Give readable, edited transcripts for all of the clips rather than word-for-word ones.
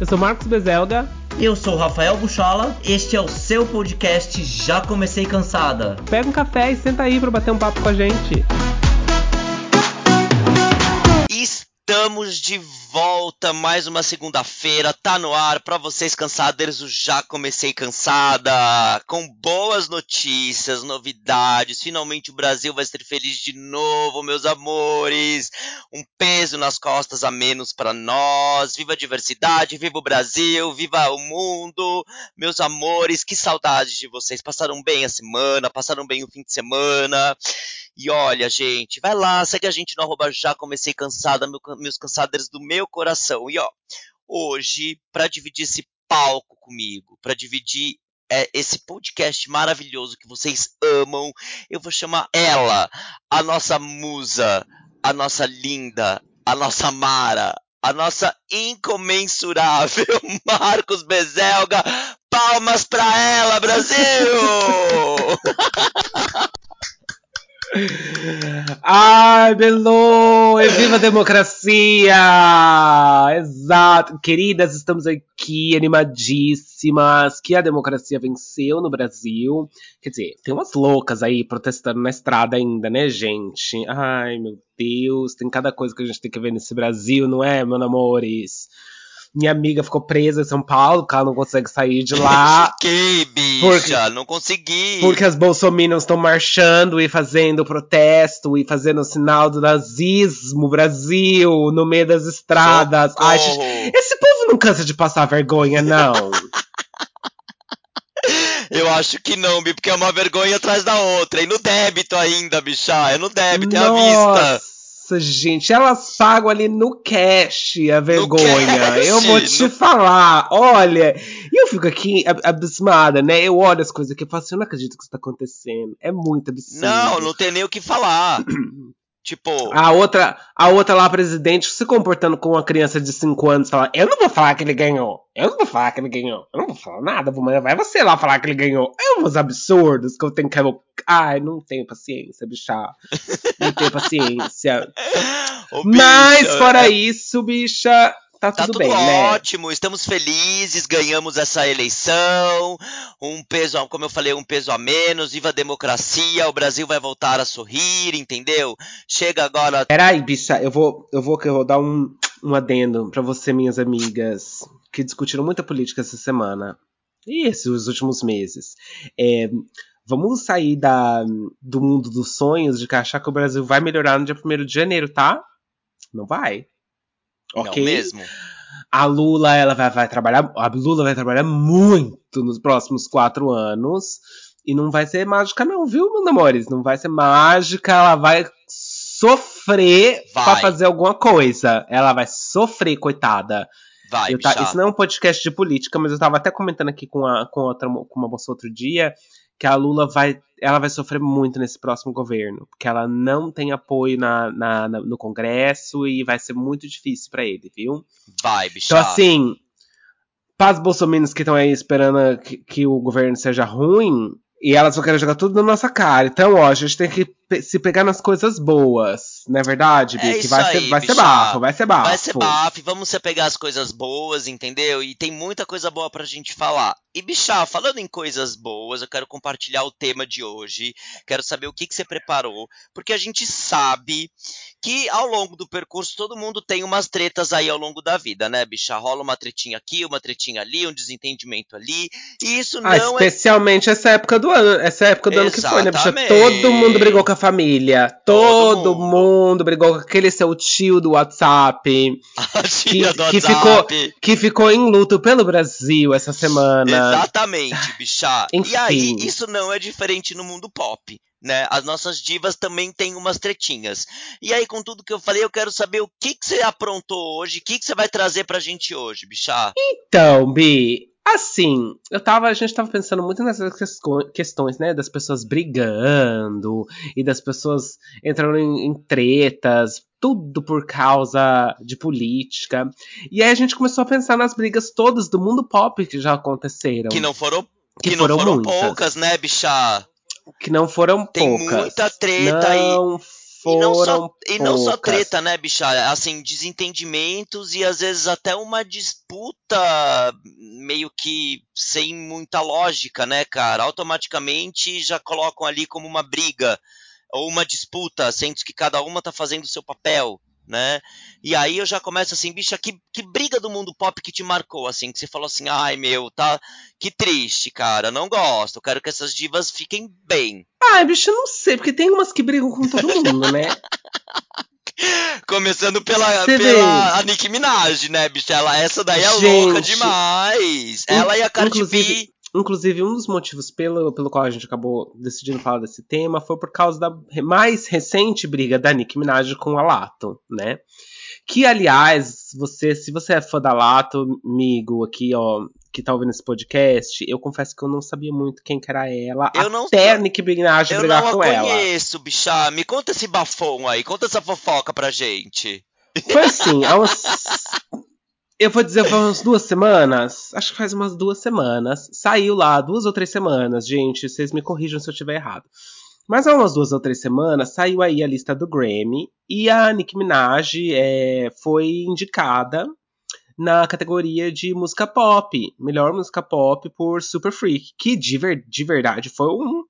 Eu sou Marcos Bezelga. Eu sou o Rafael Buchola. Este é o seu podcast Já Comecei Cansada. Pega um café e senta aí pra bater um papo com a gente. Estamos de volta, mais uma segunda-feira, tá no ar pra vocês cansadeiros, o Já Comecei Cansada, com boas notícias, novidades, finalmente o Brasil vai ser feliz de novo, meus amores, um peso nas costas a menos pra nós, viva a diversidade, viva o Brasil, viva o mundo, meus amores, que saudades de vocês, passaram bem a semana, passaram bem o fim de semana. E olha, gente, vai lá, segue a gente no @Já Comecei Cansada, meus cansadeiros do meu coração. E ó, hoje, para dividir esse palco comigo, para dividir esse podcast maravilhoso que vocês amam, eu vou chamar ela, a nossa musa, a nossa linda, a nossa Mara, a nossa incomensurável Marcos Bezelga. Palmas pra ela, Brasil! Ai, Belo! E viva a democracia! Exato! Queridas, estamos aqui animadíssimas que a democracia venceu no Brasil. Quer dizer, tem umas loucas aí protestando na estrada ainda, né, gente? Ai, meu Deus, tem cada coisa que a gente tem que ver nesse Brasil, não é, meus amores? Minha amiga ficou presa em São Paulo, porque ela não consegue sair de lá. Fiquei, bicha, não consegui. Porque as bolsominions estão marchando e fazendo protesto e fazendo o sinal do nazismo, Brasil, no meio das estradas. Socorro. Ai, gente, esse povo não cansa de passar vergonha, não. Eu acho que não, Bi, porque é uma vergonha atrás da outra. E no débito ainda, bicha, é no débito, é à vista. Nossa, gente, elas pagam ali no cash a vergonha. cash, Eu vou te falar, olha. E eu fico aqui abismada, né? Eu olho as coisas aqui e falo assim, eu não acredito que isso tá acontecendo. É muito absurdo. Não tem nem o que falar. Tipo... A outra lá, presidente, se comportando com uma criança de 5 anos, fala, eu não vou falar que ele ganhou. Eu não vou falar nada. Vai você lá falar que ele ganhou. É uns absurdos que eu tenho que... Ai, não tenho paciência, bicha. Não tenho paciência. Ô, Mas, bicha, fora isso, bicha... Tá tudo bem, ótimo, né? Estamos felizes, ganhamos essa eleição, um peso, como eu falei, um peso a menos, viva a democracia, o Brasil vai voltar a sorrir, entendeu? Chega agora... Peraí, bicha, eu vou dar um adendo pra você, minhas amigas, que discutiram muita política essa semana, e esses últimos meses. Vamos sair do mundo dos sonhos, de achar que o Brasil vai melhorar no dia 1º de janeiro, tá? Não vai. Ok? Não mesmo. A Lula, ela vai trabalhar. A Lula vai trabalhar muito nos próximos 4 anos. E não vai ser mágica, não, viu, meus amores? Não vai ser mágica, ela vai sofrer pra fazer alguma coisa. Ela vai sofrer, coitada. Isso não é um podcast de política, mas eu tava até comentando aqui com uma moça outro dia que a Lula vai sofrer muito nesse próximo governo, porque ela não tem apoio no Congresso e vai ser muito difícil pra ele, viu? Vai, bicha. Então, assim, para os bolsominions que estão aí esperando que o governo seja ruim, e elas vão querer jogar tudo na nossa cara. Então, ó, a gente tem que se pegar nas coisas boas, não é verdade, Bi? Que vai ser bafo. Vai ser bafo, vamos se pegar as coisas boas, entendeu? E tem muita coisa boa pra gente falar. E, bicha, falando em coisas boas, eu quero compartilhar o tema de hoje. Quero saber o que você preparou, porque a gente sabe que ao longo do percurso todo mundo tem umas tretas aí ao longo da vida, né, bicha? Rola uma tretinha aqui, uma tretinha ali, um desentendimento ali. E isso não especialmente essa época do ano. Essa época do ano que foi, né, bicha? Todo mundo brigou com a família. Todo mundo brigou com aquele seu tio do WhatsApp. A tia do WhatsApp. Que ficou em luto pelo Brasil essa semana. Exatamente, bicha. Enfim. E aí, isso não é diferente no mundo pop, né? As nossas divas também têm umas tretinhas. E aí, com tudo que eu falei, eu quero saber o que você aprontou hoje, o que você vai trazer pra gente hoje, bicha? Então, Bi, assim, a gente tava pensando muito nessas questões, né, das pessoas brigando e das pessoas entrando em tretas, tudo por causa de política. E aí a gente começou a pensar nas brigas todas do mundo pop que já aconteceram. Que não foram poucas, né, bicha? Que não foram Tem poucas. muita treta aí. Não foram E não só poucas. treta, né, bicha? Assim, desentendimentos e às vezes até uma disputa meio que sem muita lógica, né, cara? Automaticamente já colocam ali como uma briga ou uma disputa, sendo que cada uma tá fazendo o seu papel, né? E aí eu já começo assim, bicha, que briga do mundo pop que te marcou, assim, que você falou assim, ai meu, tá, que triste, cara, não gosto, eu quero que essas divas fiquem bem. Ai, bicho, eu não sei, porque tem umas que brigam com todo mundo, né? Começando Você vê, pela a Nicki Minaj, né, bicha? Essa daí é louca gente, demais. Ela e a Cardi inclusive, B. inclusive, um dos motivos pelo qual a gente acabou decidindo falar desse tema foi por causa da mais recente briga da Nicki Minaj com a Lato, né? Que, aliás, se você é fã da Lato, amigo, aqui, ó, que tá ouvindo esse podcast, eu confesso que eu não sabia muito quem que era ela, Eu não, até a Nicki Minaj eu não brigar a com ela. conheço, bicha. Me conta esse bafão aí, conta essa fofoca pra gente. Foi assim, eu vou dizer, foi umas 2 semanas. Acho que faz umas 2 semanas. Saiu lá, 2 ou 3 semanas, gente. Vocês me corrijam se eu estiver errado. Mas há umas 2 ou 3 semanas saiu aí a lista do Grammy. E a Nicki Minaj foi indicada na categoria de música pop. Melhor música pop por Super Freak. Que de verdade foi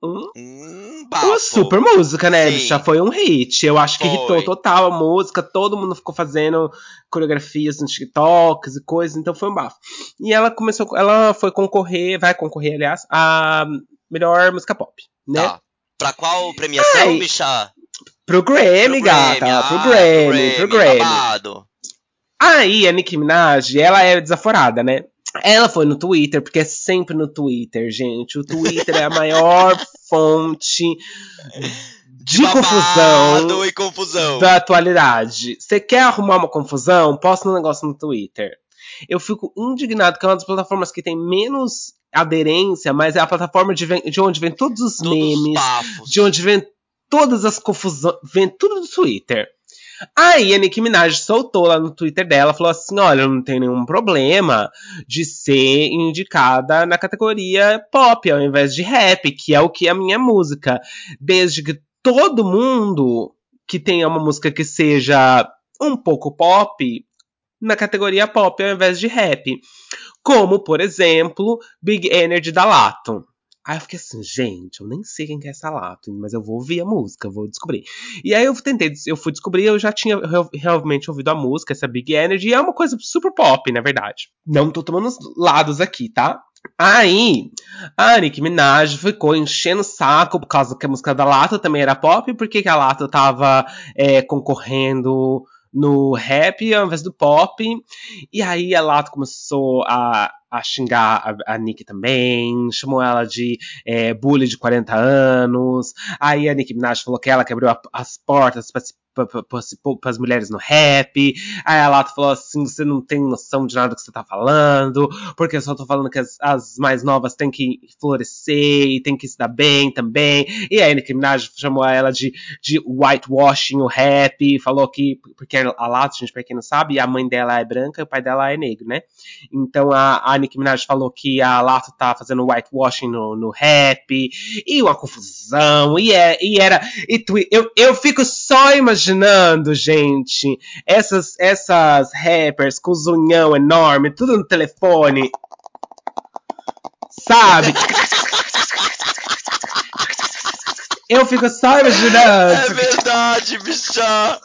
uma Bafo. super música, né, bicha? Sim, Foi um hit. Eu acho que hitou foi. total a música. Todo mundo ficou fazendo coreografias nos TikToks e coisas. Então foi um bafo. E ela foi concorrer, vai concorrer, aliás, a melhor música pop, né? Tá. Pra qual premiação, Ai, bicha? pro Pro Grammy, Grammy. gata. Pro Ah, pro Grammy, pro Grammy. Grammy. Babado. Aí a Nicki Minaj, ela é desaforada, né? Ela foi no Twitter, porque é sempre no Twitter, gente. O Twitter é a maior fonte De de confusão babado e confusão. da atualidade. Você quer arrumar uma confusão? Posta um negócio no Twitter. Eu fico indignado que é uma das plataformas que tem menos aderência, mas é a plataforma de onde vem todos os Todos os memes, de bafos. onde vem todas as confusões, vem tudo do Twitter. Aí a Nicki Minaj soltou lá no Twitter dela, falou assim, olha, não tem nenhum problema de ser indicada na categoria pop, ao invés de rap, que é o que é a minha música. Desde que todo mundo que tenha uma música que seja um pouco pop, na categoria pop ao invés de rap. Como, por exemplo, Big Energy da Lato. Aí eu fiquei assim, gente, eu nem sei quem que é essa Lato, mas eu vou ouvir a música, vou descobrir. E aí eu fui descobrir, eu já tinha realmente ouvido a música, essa Big Energy, e é uma coisa super pop, na verdade. Não tô tomando os lados aqui, tá? Aí, a Nicki Minaj ficou enchendo o saco por causa que a música da Lato também era pop, porque que a Lato tava concorrendo no rap ao invés do pop. E aí a Lato começou a xingar a Nicki também, chamou ela de bully de 40 anos. Aí a Nicki Minaj falou que ela quebrou as portas para as mulheres no rap. Aí a Lato falou assim: você não tem noção de nada do que você tá falando, porque eu só tô falando que as mais novas têm que florescer e têm que se dar bem também. E aí a Nicki Minaj chamou ela de whitewashing o rap, falou que, porque a Lato, gente, pra quem não sabe, a mãe dela é branca e o pai dela é negro, né? Então a Nicki Minaj falou que a Lato tá fazendo whitewashing no rap, e uma confusão, eu fico só imaginando, gente, essas rappers com zunhão enorme, tudo no telefone, sabe? Eu fico só imaginando. É verdade, bicha.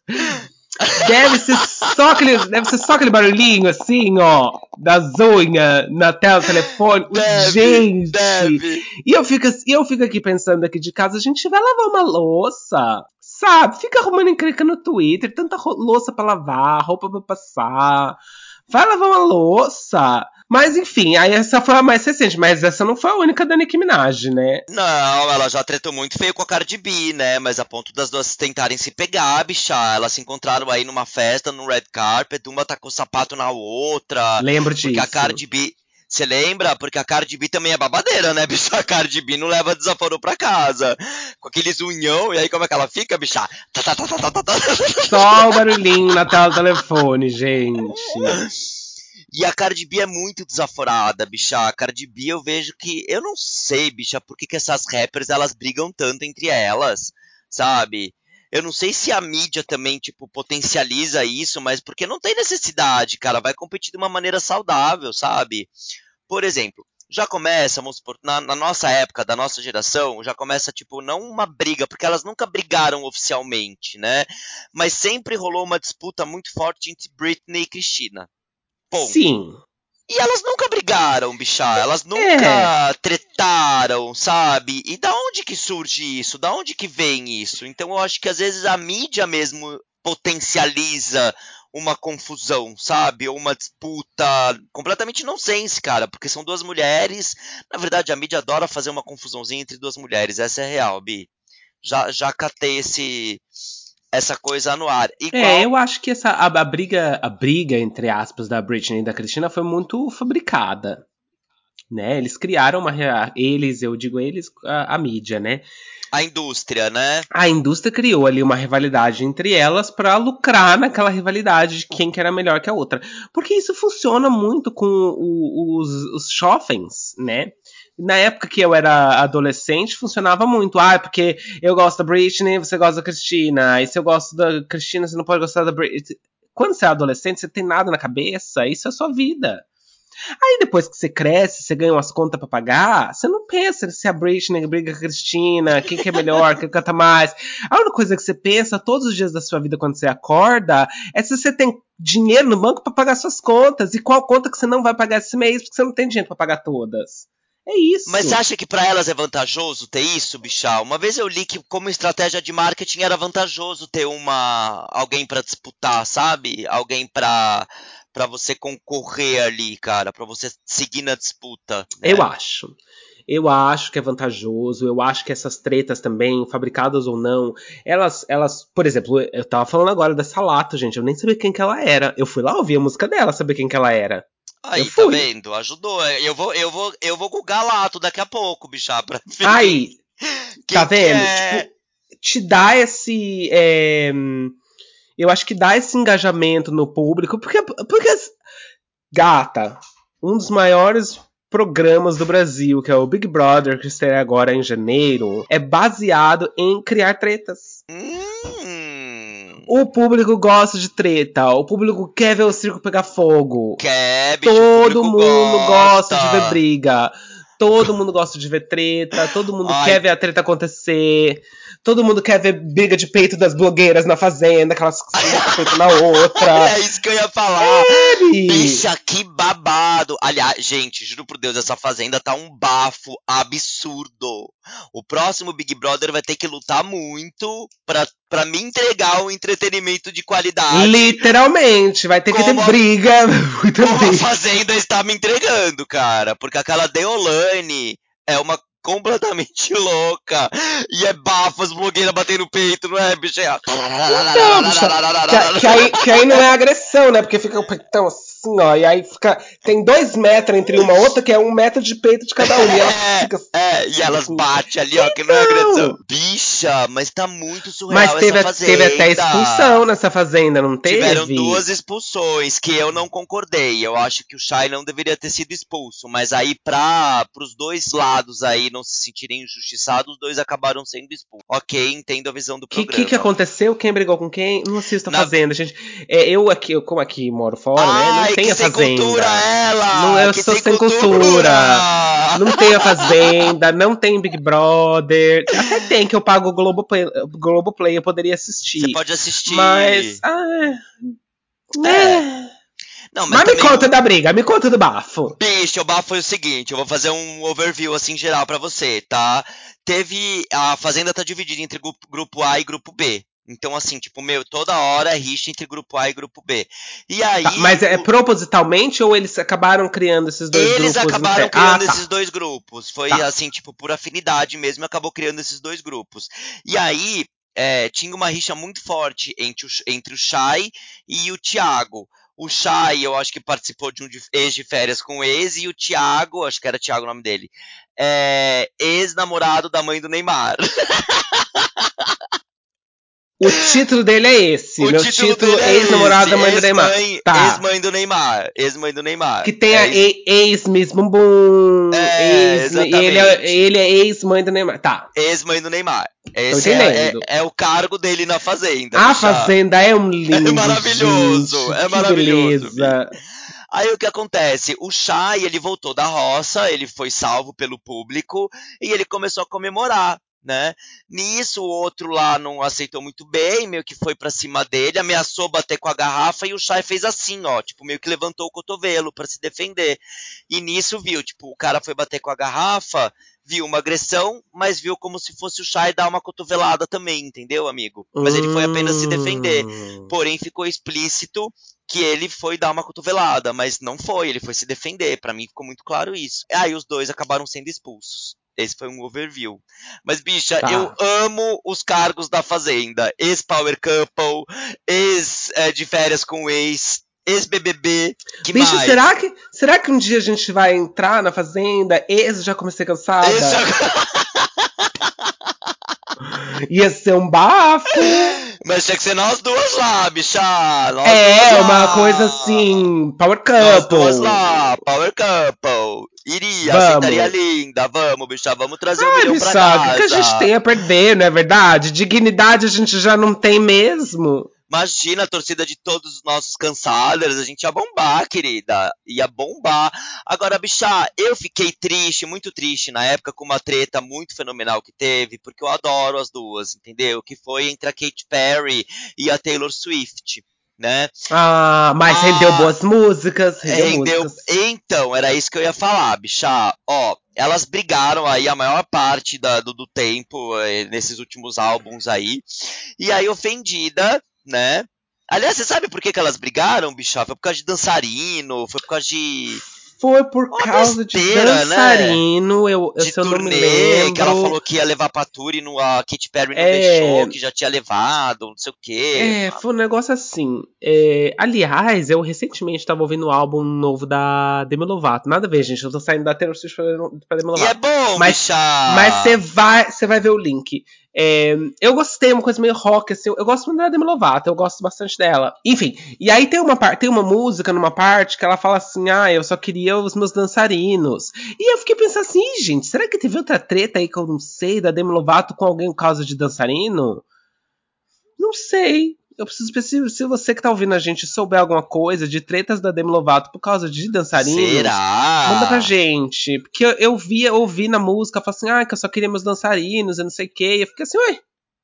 Deve ser só aquele barulhinho assim, ó, das unhas na tela do telefone. Gente! Deve. Eu fico aqui pensando aqui de casa, a gente vai lavar uma louça, sabe? Fica arrumando encrenca no Twitter, tanta louça pra lavar, roupa pra passar. Vai lavar uma louça. Mas enfim, aí essa foi a mais recente, mas essa não foi a única da Nicki Minaj, né? Não, ela já tretou muito feio com a Cardi B, né? Mas a ponto das duas tentarem se pegar, bicha. Elas se encontraram aí numa festa, no red carpet, uma tacou sapato na outra. Lembro Porque a disso. Cardi B. Você lembra? Porque a Cardi B também é babadeira, né, bicha? A Cardi B não leva desaforo pra casa. Com aqueles unhão, e aí como é que ela fica, bicha? Tá, tá, tá, tá, tá, tá, tá. Só o barulhinho na tela do telefone, gente. E a Cardi B é muito desaforada, bicha. A Cardi B eu vejo que. Eu não sei, bicha, por que essas rappers elas brigam tanto entre elas, sabe? Eu não sei se a mídia também, tipo, potencializa isso, mas porque não tem necessidade, cara. Vai competir de uma maneira saudável, sabe? Por exemplo, já começa, vamos supor, na nossa época, da nossa geração, já começa, tipo, não uma briga, porque elas nunca brigaram oficialmente, né? Mas sempre rolou uma disputa muito forte entre Britney e Christina. Ponto. Sim. E elas nunca brigaram, bichá. Elas É. nunca tretaram, sabe? E da onde que surge isso? Da onde que vem isso? Então eu acho que às vezes a mídia mesmo potencializa uma confusão, sabe? Ou uma disputa completamente nonsense, cara. Porque são duas mulheres. Na verdade, a mídia adora fazer uma confusãozinha entre duas mulheres. Essa é real, Bi. Já catei essa coisa no ar. É, Igual. eu acho que a briga, entre aspas, da Britney e da Christina foi muito fabricada, né? Eles criaram eles, eu digo eles, a mídia, né? A indústria, né? A indústria criou ali uma rivalidade entre elas pra lucrar naquela rivalidade de quem que era melhor que a outra. Porque isso funciona muito com os shoppings, né? Na época que eu era adolescente, funcionava muito. Ah, porque eu gosto da Britney, você gosta da Christina. E se eu gosto da Christina, você não pode gostar da Britney. Quando você é adolescente, você tem nada na cabeça. Isso é a sua vida. Aí depois que você cresce, você ganha umas contas pra pagar, você não pensa se a Britney briga com a Cristina, quem que é melhor, quem canta mais. A única coisa que você pensa todos os dias da sua vida quando você acorda é se você tem dinheiro no banco pra pagar suas contas e qual conta que você não vai pagar esse mês porque você não tem dinheiro pra pagar todas. É Mas você isso. acha que para elas é vantajoso ter isso, Bichal? Uma vez eu li que como estratégia de marketing era vantajoso ter alguém para disputar, sabe? Alguém para você concorrer ali, cara, para você seguir na disputa, Eu né? acho. Eu acho que é vantajoso, eu acho que essas tretas também, fabricadas ou não, por exemplo, eu tava falando agora dessa Lata, gente, eu nem sabia quem que ela era. Eu fui lá ouvir a música dela, saber quem que ela era. Eu Aí, tá fui. vendo? Ajudou. Eu vou googar Lato daqui a pouco, Bichá, pra ver Aí, tá quem que vendo? é. Tipo, te dá eu acho que dá esse engajamento no público, porque gata, um dos maiores programas do Brasil, que é o Big Brother, que estreia agora em janeiro, é baseado em criar tretas. Hum. O público gosta de treta, o público quer ver o circo pegar fogo. Quer, bicho, o Todo público mundo gosta de ver gosta. briga. Todo mundo gosta de ver treta. Todo mundo Ai, quer ver a treta acontecer. Todo mundo quer ver briga de peito das blogueiras na fazenda, que elas se com o peito na outra. é isso que eu ia falar. Ele! Bicha, que babado. Aliás, gente, juro por Deus, essa fazenda tá um bafo absurdo. O próximo Big Brother vai ter que lutar muito pra me entregar um entretenimento de qualidade, Literalmente, vai ter que ter como a, briga, muita como a briga. Fazenda está me entregando, cara. Porque aquela Deolane é uma completamente louca. E é bafo, as blogueiras batendo no peito, não é, bicha? Então, bicha, que aí não é agressão, né? Porque fica o peitão assim, ó, e aí fica. Tem 2 metros entre uma outra, que é 1 metro de peito de cada uma. E ela fica E elas assim. batem ali, ó, que não é agressão. Então! Bicha, mas tá muito Mas surreal essa teve até expulsão fazenda. nessa fazenda, não Tiveram teve? 2 expulsões que eu não concordei. Eu acho que o Shai não deveria ter sido expulso, mas aí para os dois lados aí não se sentirem injustiçados, os dois acabaram sendo expulsos. Ok, entendo a visão do Que programa. aconteceu? Quem brigou com quem? Não assisto a Na... Fazenda, gente. Como aqui moro fora, né? Não Ai, tem que a sem cultura Fazenda. Não, ela! eu Que sou sem sem cultura! cultura. Não tem a Fazenda, não tem Big Brother. Até tem que eu pago o Globoplay, eu poderia Você assistir. pode Mas. assistir. É. Não, mas Mas me também conta da briga, me conta do bafo. Bicho, o bafo foi o seguinte, eu vou fazer um overview assim geral pra você, tá? A Fazenda tá dividida entre grupo A e grupo B. Então assim, tipo, meu, toda hora é rixa entre grupo A e grupo B. E Tá, aí mas é propositalmente ou eles acabaram criando esses dois eles grupos acabaram internos? Ah, criando esses tá. dois grupos. Foi Tá. assim, tipo, por afinidade mesmo, acabou criando esses dois grupos. E aí tinha uma rixa muito forte entre o Shai e o Thiago. O Shai, eu acho que participou de um ex de férias com o ex, e o Thiago, acho que era Thiago o nome dele, ex-namorado da mãe do Neymar. O título dele é esse. O Meu título título dele é ex-namorada esse, da mãe do Neymar. Tá. Ex-mãe do Neymar. Ex-mãe do Neymar. Que tem É a isso. ex-Miss Bumbum. E Exatamente. ele é ex-mãe do Neymar. Tá. Ex-mãe do Neymar. Tô Esse entendendo. é o cargo dele na Fazenda, A bicha. Fazenda é um lindo, É maravilhoso, gente. é Que maravilhoso, Bi. beleza. Aí o que acontece? O Chay, ele voltou da roça, ele foi salvo pelo público e ele começou a comemorar, né? Nisso, o outro lá não aceitou muito bem, meio que foi pra cima dele, ameaçou bater com a garrafa e o Chay fez assim, ó, tipo, meio que levantou o cotovelo pra se defender. E nisso viu, tipo, o cara foi bater com a garrafa, viu uma agressão, mas viu como se fosse o Chay dar uma cotovelada também, entendeu, amigo? Mas ele foi apenas se defender. Porém, ficou explícito que ele foi dar uma cotovelada, mas não foi, ele foi se defender. Pra mim ficou muito claro isso. Aí os dois acabaram sendo expulsos. Esse foi um overview. Mas, bicha, eu Tá. amo os cargos da Fazenda. Ex-Power Couple, ex de férias com o ex, ex-BBB, que Bicho, mais? será que um dia a gente vai entrar na Fazenda? Esse já comecei cansada. Ex Ia ser um bafo. Mas tinha que ser nós duas lá, bicha. Nós duas É, uma coisa lá. assim. Power Nós duas Couple. lá, Power Couple. Iria, aceitaria Vamos. linda. Vamos, bicha, vamos trazer um Ai, milhão pra bicha, o que a gente casa. tem a perder, não é verdade? Dignidade a gente já não tem mesmo. Imagina a torcida de todos os nossos cansaders, a gente ia bombar, querida. Ia bombar. Agora, bicha, eu fiquei triste, muito triste na época com uma treta muito fenomenal que teve, porque eu adoro as duas, entendeu? Que foi entre a Katy Perry e a Taylor Swift, né? Ah, mas rendeu Ah, boas músicas, rendeu rendeu. músicas. Então, era isso que eu ia falar, bicha. Ó, elas brigaram aí a maior parte do tempo, nesses últimos álbuns aí. E aí, ofendida, né? Aliás, você sabe por que elas brigaram, bicha? Foi por causa de dançarino, foi por causa de Foi por uma causa de besteira, né? dançarino, De se eu não me turnê, que ela lembro. falou que ia levar pra tour e a Katy Perry não deixou, É, que já tinha levado, não sei o quê. foi um negócio assim. Aliás, eu recentemente estava ouvindo o álbum novo da Demi Lovato. Nada a ver, gente. Eu tô saindo da Taylor Swift pra Demi E é Lovato. bom, Mas, bicha! mas você vai ver o link. Eu gostei, uma coisa meio rock, assim. Eu gosto muito da Demi Lovato, eu gosto bastante dela. Enfim, e aí tem uma música numa parte que ela fala assim: ah, eu só queria os meus dançarinos. E eu fiquei pensando assim, "Ih, gente, será que teve outra treta aí que eu não sei da Demi Lovato com alguém por causa de dançarino? Não sei. Eu preciso, se você que tá ouvindo a gente souber alguma coisa de tretas da Demi Lovato por causa de dançarinos, manda pra Será? gente. Porque eu ouvi na música, falei assim, ah, que eu só queria meus dançarinos, eu não sei o quê. E eu fiquei assim, ué,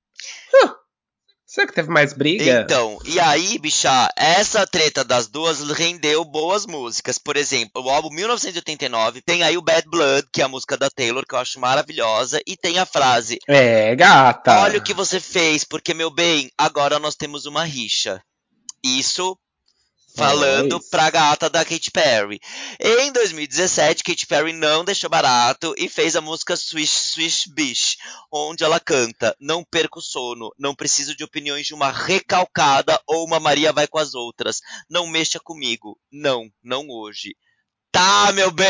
será que teve mais briga? Então, e aí, bicha, essa treta das duas rendeu boas músicas. Por exemplo, o álbum 1989 tem aí o Bad Blood, que é a música da Taylor, que eu acho maravilhosa, e tem a frase: É, olha o que gata. você fez, porque, meu bem, agora nós temos uma rixa. Isso É falando isso. pra gata da Katy Perry. Em 2017, Katy Perry não deixou barato e fez a música Swish Swish Bish, onde ela canta: não perco o sono, não preciso de opiniões de uma recalcada ou uma Maria vai com as outras. Não mexa comigo. Não, não hoje. Tá, meu bem!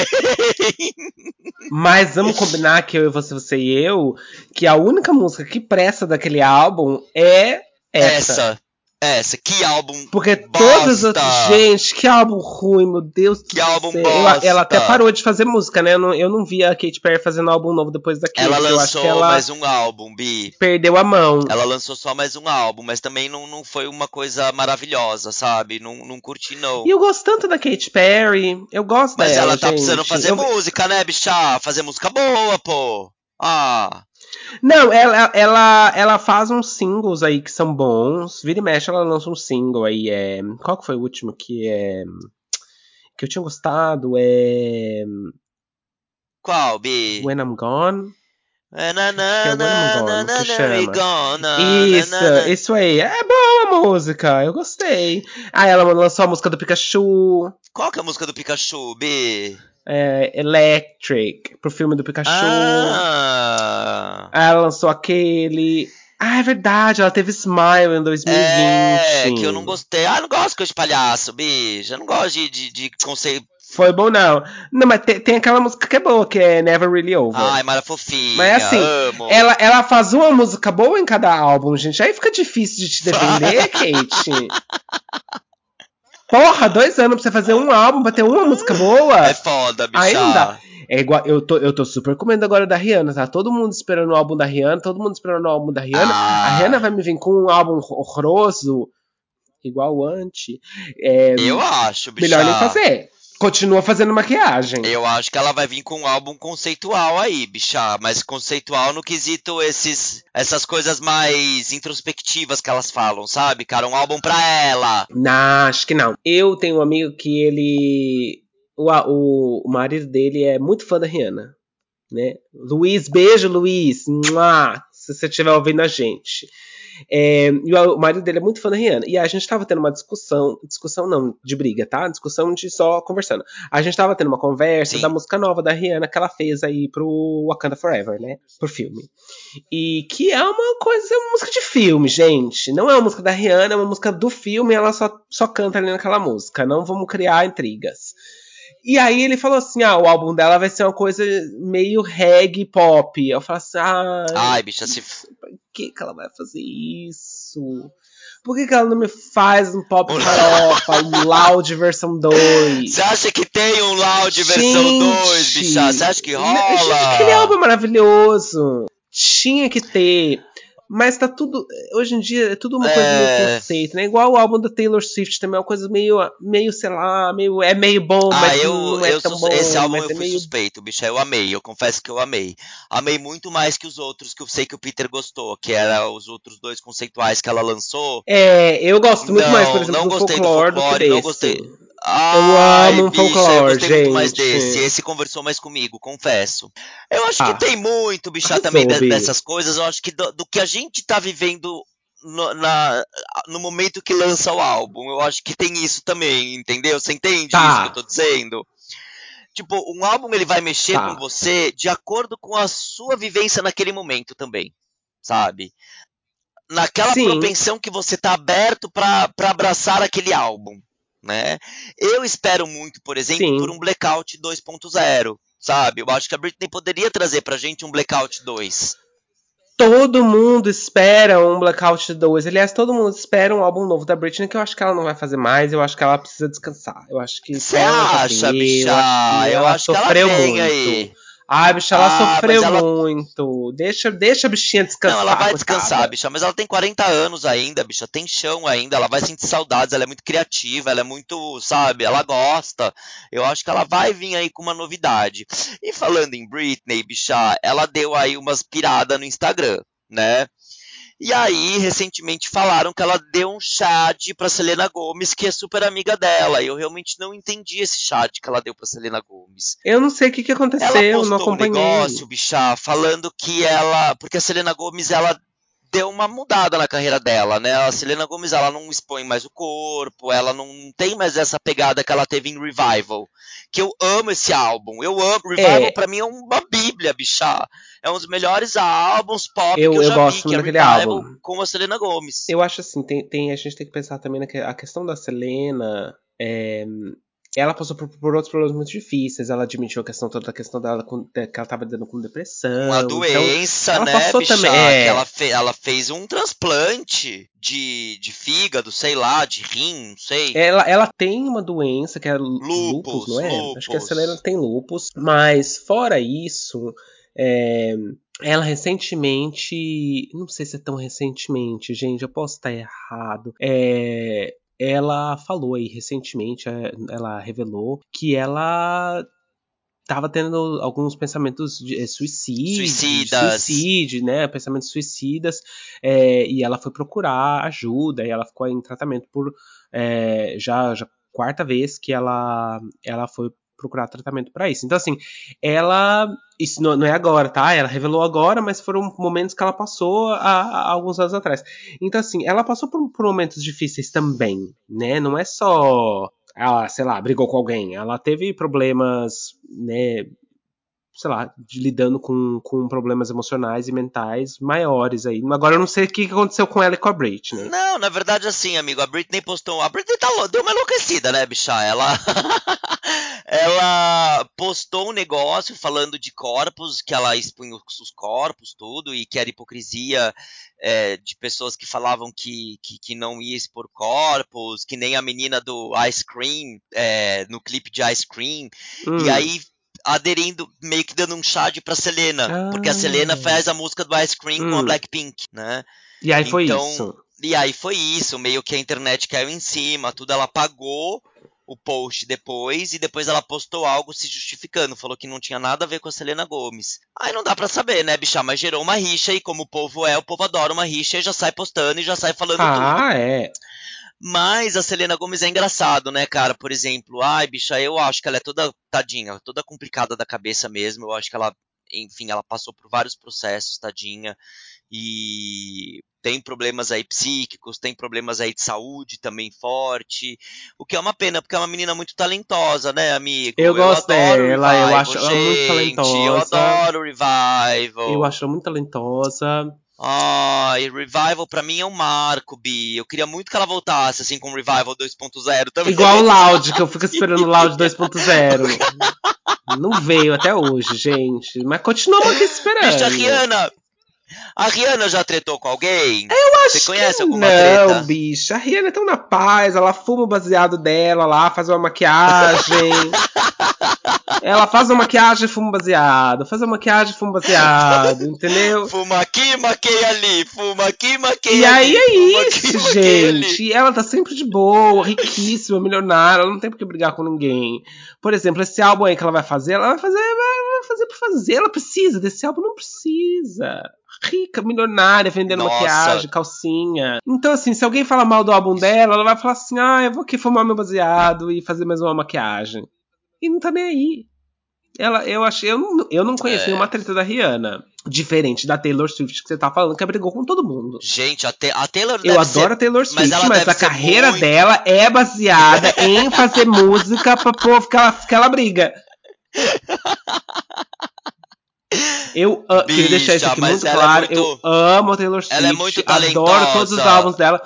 Mas vamos combinar que eu e você e eu, que a única música que presta daquele álbum é essa. Essa, essa, que álbum Porque todas as outras. bosta! Gente, que álbum ruim, meu Deus do Que álbum céu. Ela até bosta! parou de fazer música, né? Eu não vi a Katy Perry fazendo álbum novo depois Ela daquele. Eu acho que lançou ela mais um álbum, Bi. perdeu a mão. Ela lançou só mais um álbum, mas também não foi uma coisa maravilhosa, sabe? Não curti, E não. eu gosto tanto da Katy Perry. Eu gosto Mas ela dela, tá precisando gente. fazer música, né, bicha? Fazer música boa, pô. Ah, Não, ela faz uns singles aí que são bons. Vira e mexe, ela lança um single aí. Qual que foi o último que eu tinha gostado? qual, Bi? When I'm Gone. Acho que é When I'm Gone que We chama. gonna, Isso aí. É boa a música, eu gostei. Ah, ela lançou a música do Pikachu, Qual que é a música do Pikachu, Bi? Electric, pro filme do Pikachu. Ah, Aí ela lançou aquele. Ah, é verdade, ela teve Smile em é, 2020. que eu não gostei. Ah, eu não gosto de coisa de palhaço, Bi. Eu não gosto de conceito Foi bom, não. Não, mas tem aquela música que é boa, que é Never Really Over. Ai, Mara fofinha, mas assim, amo. ela faz uma música boa em cada álbum, gente. Aí fica difícil de te defender, Kate. Porra, 2 anos pra você fazer um álbum, pra ter uma música boa. É foda, bicha. Aí não dá. É igual, eu tô super comendo agora da Rihanna, tá? Todo mundo esperando o álbum da Rihanna, todo mundo esperando o álbum da Rihanna. A Rihanna vai me vir com um álbum horroroso, igual o Anti. Eu acho, bicha. Melhor nem fazer. Continua fazendo maquiagem. Eu acho que ela vai vir com um álbum conceitual aí, bicha. Mas conceitual no quesito essas coisas mais introspectivas que elas falam, sabe, cara? Um álbum pra ela. Não, acho que não. Eu tenho um amigo que ele... O marido dele é muito fã da Rihanna, né? Luiz, beijo, Luiz. Mua, se você estiver ouvindo a gente. E o marido dele é muito fã da Rihanna. E a gente tava tendo uma discussão não, de briga, tá? Discussão de só conversando. A gente tava tendo uma conversa da música nova da Rihanna que ela fez aí pro Wakanda Forever, né? Pro filme. E que é uma música de filme, gente. Não é uma música da Rihanna, é uma música do filme e ela só canta ali naquela música. Não vamos criar intrigas. E aí ele falou assim, o álbum dela vai ser uma coisa meio reggae pop. Eu falo assim, ai, bicha, por que ela vai fazer isso? Por que ela não me faz um pop farofa, um Loud versão 2? Você acha que tem um Loud versão 2, bicha? Você acha que rola? Gente, aquele álbum é maravilhoso. Tinha que ter. Mas tá tudo. Hoje em dia é tudo uma coisa meio conceito, né? Igual o álbum da Taylor Swift também é uma coisa meio sei lá, é meio bom, mas não é tão bom. Esse álbum mas eu fui suspeito, bicha. Eu amei, eu confesso que eu amei. Amei muito mais que os outros que eu sei que o Peter gostou, que eram os outros 2 conceituais que ela lançou. Eu gosto muito mais, por exemplo, não do gostei Folklore do do que Folklore, desse. não gostei. Eu amo um bicha, Folklore, eu gostei gente. muito mais desse. Esse conversou mais comigo, confesso. Eu acho que tem muito, bicha, também dessas coisas. Eu acho que do que a gente tá vivendo no momento que lança o álbum, eu acho que tem isso também, entendeu? Você entende isso que eu tô dizendo? Tipo, um álbum ele vai mexer com você de acordo com a sua vivência naquele momento também, sabe? Naquela propensão que você tá aberto pra abraçar aquele álbum, né? Eu espero muito, por exemplo, por um Blackout 2.0, sabe? Eu acho que a Britney poderia trazer pra gente um Blackout 2. Todo mundo espera um Blackout 2. Aliás, todo mundo espera um álbum novo da Britney, que eu acho que ela não vai fazer mais. Eu acho que ela precisa descansar. Eu acho que Você acha, bicha? Eu acho que ela sofreu muito. Aí. Ai, bicha, ela sofreu muito. Deixa a bichinha descansar. Não, ela vai descansar, bicha, mas ela tem 40 anos ainda, bicha, tem chão ainda, ela vai sentir saudades, ela é muito criativa, ela é muito, sabe, ela gosta. Eu acho que ela vai vir aí com uma novidade. E falando em Britney, bicha, ela deu aí umas piradas no Instagram, né? E aí, recentemente falaram que ela deu um chat pra Selena Gomez, que é super amiga dela. E eu realmente não entendi esse chat que ela deu pra Selena Gomez. Eu não sei o que aconteceu, ela não acompanhei. Um negócio, bicha, falando que ela... Porque a Selena Gomez, ela deu uma mudada na carreira dela, né? A Selena Gomez, ela não expõe mais o corpo, ela não tem mais essa pegada que ela teve em Revival. Que eu amo esse álbum, eu amo. Revival pra mim é uma bíblia, bicha. É um dos melhores álbuns pop que eu já vi, que é Revival com a Selena Gomez. Eu acho assim, a gente tem que pensar também a questão da Selena. Ela passou por outros problemas muito difíceis. Ela admitiu toda a questão dela que ela tava lidando com depressão. Uma doença, então, ela né, passou bicha? Também, que ela fez um transplante de fígado, sei lá, de rim, não sei. Ela tem uma doença que é lupus, não é? Lupus. Acho que a Selena tem lupus. Mas fora isso, ela recentemente, não sei se é tão recentemente, gente, eu posso estar errado. Ela falou aí recentemente, ela revelou que ela tava tendo alguns pensamentos de suicídio, né? Pensamentos suicidas, e ela foi procurar ajuda, e ela ficou em tratamento por já 4ª vez que ela foi procurar tratamento para isso. Então, assim, isso não é agora, tá? Ela revelou agora, mas foram momentos que ela passou há alguns anos atrás. Então, assim, ela passou por momentos difíceis também, né? Não é só ela, sei lá, brigou com alguém. Ela teve problemas, né? Sei lá, lidando com problemas emocionais e mentais maiores aí. Agora eu não sei o que aconteceu com ela e com a Britney. Não, na verdade, assim, amigo, a Britney postou. A Britney deu uma enlouquecida, né, bicha? Ela ela postou um negócio falando de corpos, que ela expunha os corpos, tudo, e que era hipocrisia de pessoas que falavam que não ia expor corpos, que nem a menina do Ice Cream, no clipe de Ice Cream, e aí aderindo, meio que dando um charge pra Selena, porque a Selena faz a música do Ice Cream com a Blackpink, né? E aí foi Então, isso. e aí foi isso, meio que a internet caiu em cima, tudo, ela apagou o post depois, e depois ela postou algo se justificando, falou que não tinha nada a ver com a Selena Gomez. Aí não dá pra saber, né, bicha, mas gerou uma rixa, e como o povo adora uma rixa, e já sai postando e já sai falando tudo. É. Mas a Selena Gomez é engraçado, né, cara? Por exemplo, ai, bicha, eu acho que ela é toda tadinha, toda complicada da cabeça mesmo. Eu acho que ela, enfim, ela passou por vários processos, tadinha. E tem problemas aí psíquicos, tem problemas aí de saúde também forte. O que é uma pena, porque é uma menina muito talentosa, né, amigo? Eu gosto adoro o dela, eu Revival, acho ela muito gente. Eu talentosa. adoro o Revival. Eu acho ela muito talentosa. Ai, Revival pra mim é um marco, Bi. Eu queria muito que ela voltasse, assim, com Revival 2.0 também. Igual o Loud, que eu fico esperando o Loud 2.0. Não veio até hoje, gente. Mas continuamos aqui esperando. Bicha, a Rihanna já tretou com alguém? Eu Você acho conhece que alguma não, treta? bicha. A Rihanna é tão na paz. Ela fuma o baseado dela lá, faz uma maquiagem. Ela faz uma maquiagem e fuma baseado. Faz uma maquiagem e fuma baseado, entendeu? Fuma aqui, maquei ali. Fuma aqui, maquei E aí ali. Fuma é aqui, isso, maquei ali. gente. Ela tá sempre de boa, riquíssima, milionária. Ela não tem por que brigar com ninguém. Por exemplo, esse álbum aí que ela vai fazer por fazer. Ela precisa desse álbum, não precisa. Rica, milionária, vendendo Nossa. maquiagem, calcinha. Então, assim, se alguém fala mal do álbum dela, ela vai falar assim: eu vou aqui fumar meu baseado e fazer mais uma maquiagem. E não tá nem aí. Eu não conheço nenhuma treta da Rihanna. Diferente da Taylor Swift que você tá falando, que brigou com todo mundo. Gente, a Taylor Eu adoro a Taylor Swift, mas a carreira muito... dela é baseada em fazer música pra povo que ela briga. Queria deixar isso aqui muito claro. Eu amo a Taylor Swift. Ela é muito talentosa. Adoro todos os álbuns dela.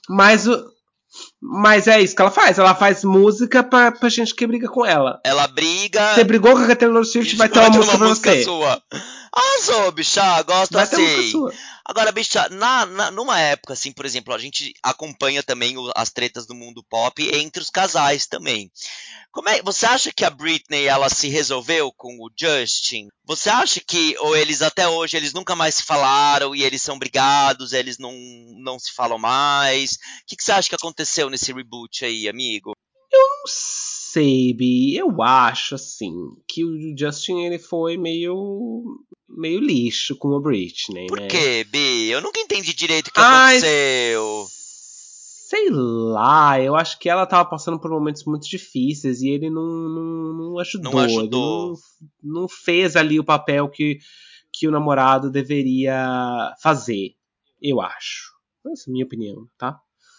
Mas é isso que ela faz. Ela faz música pra gente que briga com ela. Ela briga. Você brigou com a Taylor Swift, vai ter uma música pra você. Sua. Arrasou, bicha, gosto vai assim. Ter uma música sua. Agora, bicha, numa época, assim, por exemplo, a gente acompanha também as tretas do mundo pop entre os casais também. Você acha que a Britney, ela se resolveu com o Justin? Você acha que, ou eles até hoje, eles nunca mais se falaram e eles são brigados, eles não se falam mais? O que você acha que aconteceu nesse reboot aí, amigo? Eu não sei, Bi. Eu acho, assim, que o Justin, ele foi meio lixo com a Britney, Por né? quê, Bi? Eu nunca entendi direito o que aconteceu. Sei lá, eu acho que ela tava passando por momentos muito difíceis e ele não ajudou. Não ajudou. Ele não fez ali o papel que o namorado deveria fazer, eu acho. Essa é a minha opinião, tá?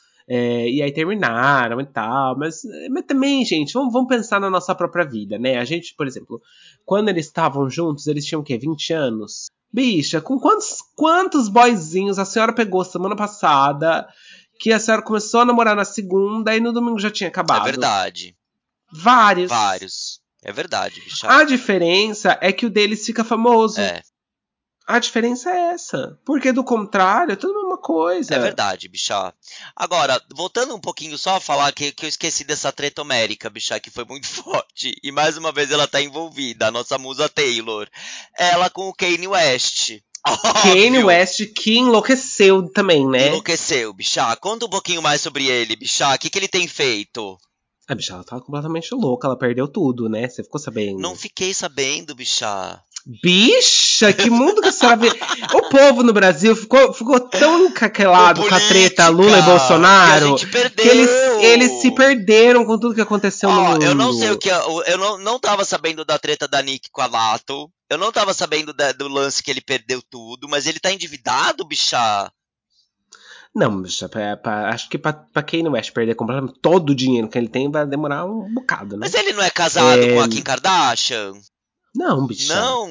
E aí terminaram e tal, mas também, gente, vamos pensar na nossa própria vida, né? A gente, por exemplo, quando eles estavam juntos, eles tinham o quê? 20 anos? Bicha, com quantos boyzinhos a senhora pegou semana passada que a senhora começou a namorar na segunda e no domingo já tinha acabado? É verdade. Vários. É verdade, bicha. A diferença é que o deles fica famoso. É. A diferença é essa. Porque do contrário, é tudo a mesma coisa. É verdade, bicha. Agora, voltando um pouquinho só a falar que eu esqueci dessa treta homérica, bicha, que foi muito forte. E mais uma vez ela tá envolvida, a nossa musa Taylor. Ela com o Kanye West. Kanye West que enlouqueceu também, né? Enlouqueceu, bicha. Conta um pouquinho mais sobre ele, bicha. O que ele tem feito? A bicha, ela tava completamente louca, ela perdeu tudo, né? Você ficou sabendo? Não fiquei sabendo, bicha. Bicha, que mundo que a senhora vê? O povo no Brasil ficou tão encaquelado com a treta Lula e Bolsonaro que eles se perderam com tudo que aconteceu no mundo. Eu não sei o que. Eu não tava sabendo da treta da Nick com a Lato. Eu não tava sabendo do lance que ele perdeu tudo, mas ele tá endividado, bicha. Não, bicha, acho que pra Kanye West perder completamente todo o dinheiro que ele tem vai demorar um bocado, né? Mas ele não é casado com a Kim Kardashian? Não, bicha.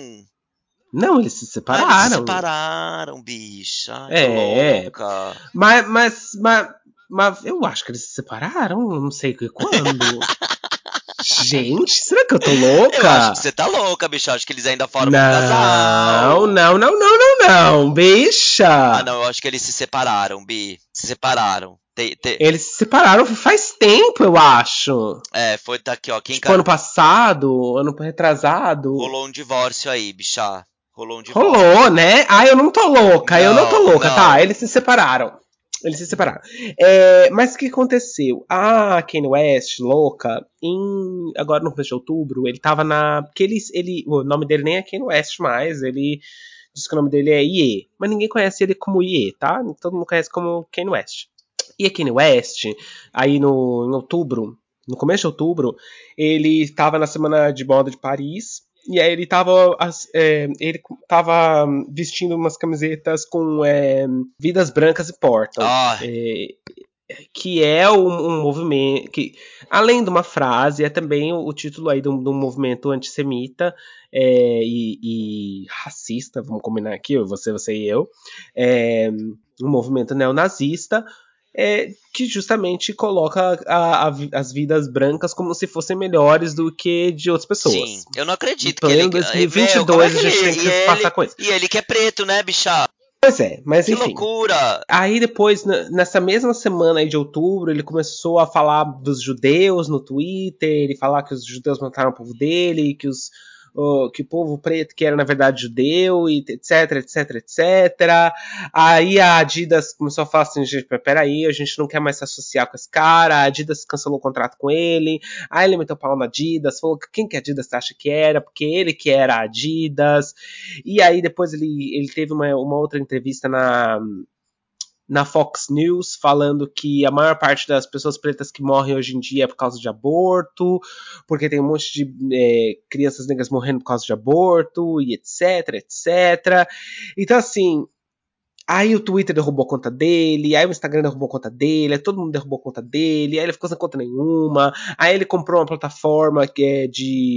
Não, eles se separaram. Eles se separaram, bicha. Ai, que louca. Mas eu acho que eles se separaram, não sei quando. Gente, será que eu tô Eu acho louca? que você tá louca, bicho. Acho que eles ainda formam um casal. Não, bicha! Ah, não, eu acho que eles se separaram, Bi. Se separaram. Eles se separaram faz tempo, eu acho. Foi daqui, ó. Quem Tipo, ano passado, ano retrasado. rolou um divórcio aí, bicha. Rolou um divórcio. Rolou, né? Eu não tô louca, Não. tá? Eles se separaram. Mas o que aconteceu? A Kanye West, louca, agora no começo de outubro, ele tava na. Porque o nome dele nem é Kanye West mais, ele diz que o nome dele é Ye. Mas ninguém conhece ele como Ye, tá? Todo mundo conhece como Kanye West. E a Kanye West, aí em outubro, no começo de outubro, ele estava na Semana de Moda de Paris. E aí ele tava vestindo umas camisetas com Vidas Brancas Importam. Ah, Que é um movimento que, além de uma frase, é também o título aí de um movimento antissemita e racista, vamos combinar aqui, você e eu. Um movimento neonazista que justamente coloca as vidas brancas como se fossem melhores do que de outras pessoas. sim. Eu não acredito Em pleno que ele. Meu, como é 2022 que a gente tem que passar com isso. E ele que é preto, né, bicha? Pois é, mas Que enfim. loucura! Aí depois, nessa mesma semana aí de outubro, ele começou a falar dos judeus no Twitter, ele falar que os judeus mataram o povo dele, que o povo preto que era na verdade judeu, e etc. Aí a Adidas começou a falar assim, gente, peraí, a gente não quer mais se associar com esse cara, a Adidas cancelou o contrato com ele, aí ele meteu o pau na Adidas, falou quem que a Adidas acha que era, porque ele que era a Adidas, e aí depois ele teve uma outra entrevista na Fox News, falando que a maior parte das pessoas pretas que morrem hoje em dia é por causa de aborto, porque tem um monte de crianças negras morrendo por causa de aborto, e etc. Então, assim, aí o Twitter derrubou a conta dele, aí o Instagram derrubou a conta dele, aí todo mundo derrubou a conta dele, aí ele ficou sem conta nenhuma, aí ele comprou uma plataforma que é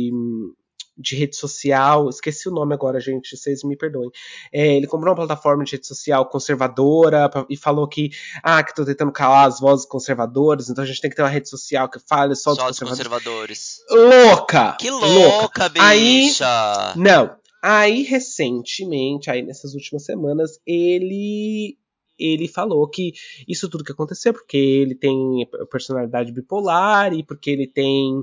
de rede social, esqueci o nome agora, gente, vocês me perdoem. Ele comprou uma plataforma de rede social conservadora e falou que tô tentando calar as vozes conservadoras, então a gente tem que ter uma rede social que fale só dos conservadores. Louca! Que louca, bicha! Aí, recentemente, aí nessas últimas semanas, ele falou que isso tudo que aconteceu porque ele tem personalidade bipolar e porque ele tem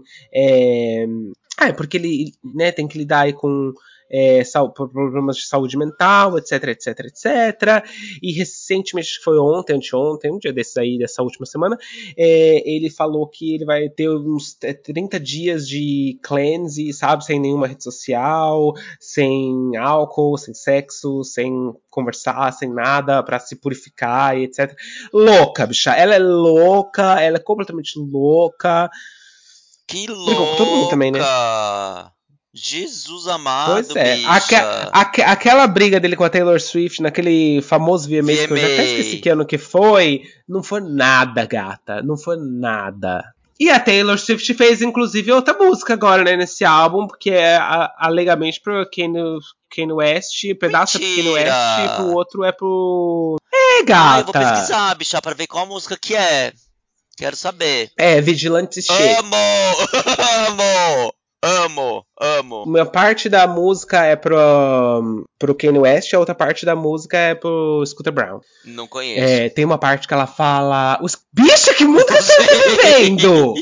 porque ele, né, tem que lidar aí com problemas de saúde mental, etc. E recentemente, acho que foi anteontem, um dia desses aí, dessa última semana, ele falou que ele vai ter uns 30 dias de cleanse, sabe, sem nenhuma rede social, sem álcool, sem sexo, sem conversar, sem nada, pra se purificar e etc. Louca, bicha. Ela é louca, ela é completamente louca. Que Brigou com todo mundo também, né? louca! Jesus amado, Pois é. bicha. Aquela briga dele com a Taylor Swift naquele famoso VMAs que eu já até esqueci que ano que foi, não foi nada, gata. Não foi nada. E a Taylor Swift fez, inclusive, outra música agora, né, nesse álbum, porque é alegamente pro Kanye West, pedaço Mentira. é pro Kanye West e pro outro é pro... Eu vou gata. pesquisar, bicha, pra ver qual música que é. Quero saber. Vigilante Shit. Amo. Uma parte da música é pro Kanye West, a outra parte da música é pro Scooter Brown. Não conheço. Tem uma parte que ela fala... Bicha, que mundo você tá vivendo?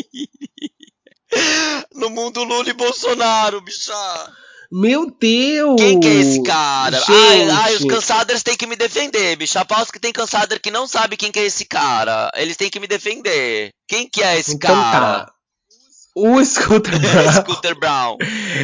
No mundo Lula e Bolsonaro, bicha. Meu Deus! Quem que é esse cara? Gente. Os cansaders têm que me defender, bicho. Aposto que tem cansader que não sabe quem que é esse cara. Eles têm que me defender. Quem que é esse Então cara? tá. O Scooter Brown. Scooter Brown.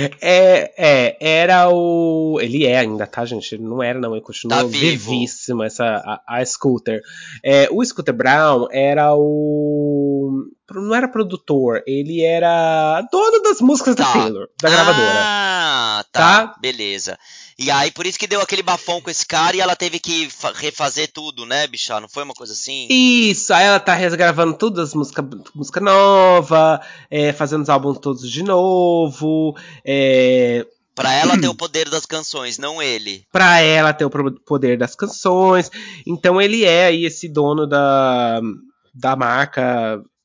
Era o. Ele é ainda, tá, gente? Ele não era, não. Ele continua vivíssimo, a Scooter. O Scooter Brown era o. Não era produtor, ele era dono das músicas da Taylor, da gravadora. Tá. Beleza. E aí, por isso que deu aquele bafão com esse cara e ela teve que refazer tudo, né, bicha? Não foi uma coisa assim? Isso, aí ela tá resgravando tudo as música nova, fazendo os álbuns todos de novo. Pra ela ter o poder das canções, não ele. Pra ela ter o poder das canções. Então ele é aí esse dono da marca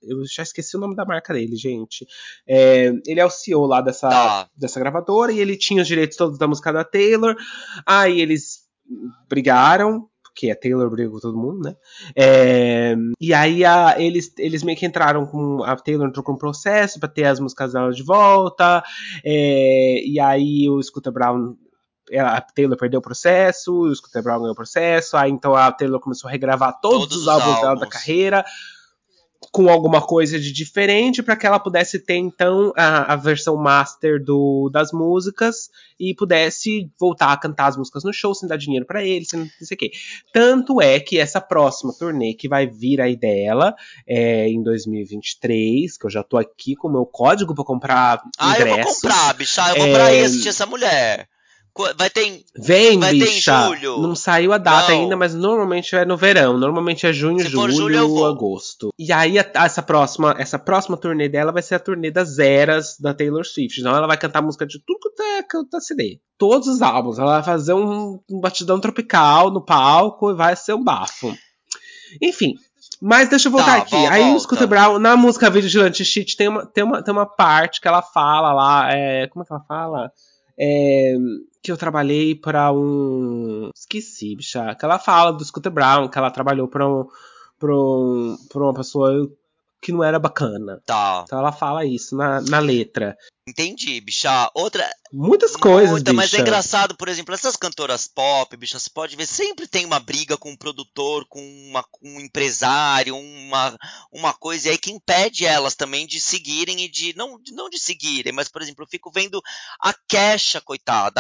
Eu já esqueci o nome da marca dele, gente. Ele é o CEO lá dessa gravadora e ele tinha os direitos todos da música da Taylor. Aí eles brigaram, porque a Taylor briga com todo mundo, né? E aí eles meio que entraram com. A Taylor entrou com um processo pra ter as músicas dela de volta. E aí o Scooter Brown. A Taylor perdeu o processo, o Scooter Brown ganhou o processo, aí então a Taylor começou a regravar todos os álbuns dela da carreira com alguma coisa de diferente para que ela pudesse ter então a versão master das músicas e pudesse voltar a cantar as músicas no show sem dar dinheiro para eles, sem não sei o quê. Tanto é que essa próxima turnê que vai vir aí dela em 2023, que eu já tô aqui com o meu código para comprar ingressos. Eu vou comprar, bicha, eu vou pra ir assistir essa mulher. Vem, vai bicha. Ter em julho? Não saiu a data não. ainda, mas normalmente é no verão. Normalmente é junho, Se for julho, eu vou. agosto. E aí essa próxima turnê dela vai ser a turnê das eras da Taylor Swift. Então ela vai cantar música de tudo que é CD. Todos os álbuns. Ela vai fazer um batidão tropical no palco e vai ser um bafo. Enfim. Mas deixa eu voltar aqui. Aí o Scooter Brown, na música Vigilante Shit, tem uma parte que ela fala lá. Como é que ela fala? Que eu trabalhei pra um. Esqueci, bicha. Que ela fala do Scooter Brown, que ela trabalhou pra uma pessoa que não era bacana. Tá. Então ela fala isso na letra. Entendi, bicha. Muitas coisas, bicha. Mas é engraçado, por exemplo, essas cantoras pop, bicha, você pode ver, sempre tem uma briga com um produtor, com um empresário, uma coisa aí que impede elas também de seguirem e de. Não de seguirem, mas, por exemplo, eu fico vendo a Kesha, coitada.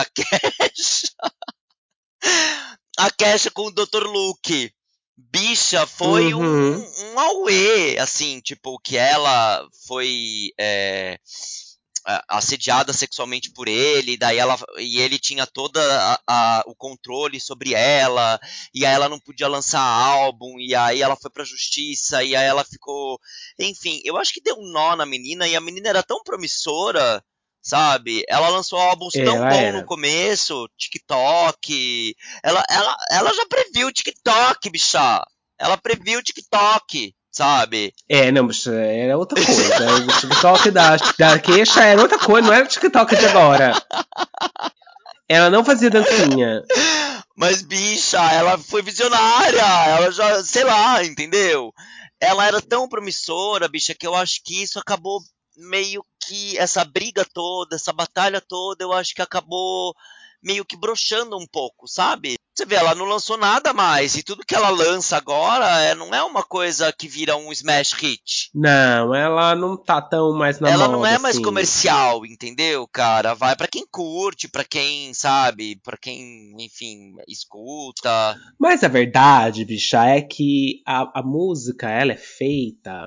A Kesha com o Dr. Luke. Bicha, foi um auê, assim, tipo, que ela foi assediada sexualmente por ele, e ele tinha todo o controle sobre ela, e aí ela não podia lançar álbum, e aí ela foi pra justiça, e aí ela ficou... Enfim, eu acho que deu um nó na menina, e a menina era tão promissora, sabe? Ela lançou álbuns tão bons no começo, TikTok. Ela já previu o TikTok, bicha. Ela previu o TikTok, sabe? Não, bicha, era outra coisa. O TikTok da queixa era outra coisa, não era o TikTok de agora. Ela não fazia dancinha. Mas, bicha, ela foi visionária. Ela já, sei lá, entendeu? Ela era tão promissora, bicha, que eu acho que isso acabou meio que essa briga toda, essa batalha toda, eu acho que acabou meio que broxando um pouco, sabe? Você vê, ela não lançou nada mais, e tudo que ela lança agora não é uma coisa que vira um smash hit. Não, ela não tá tão mais na moda. Ela não é mais assim. comercial, entendeu, cara? Vai pra quem curte, pra quem, sabe, pra quem, enfim, escuta. Mas a verdade, bicha, é que a música, ela é feita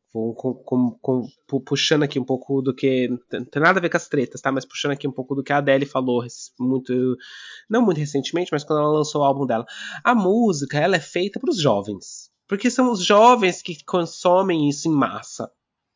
puxando aqui um pouco do que... Não tem nada a ver com as tretas, tá? Mas puxando aqui um pouco do que a Adele falou não muito recentemente, mas quando ela lançou o álbum dela. A música, ela é feita pros jovens. Porque são os jovens que consomem isso em massa.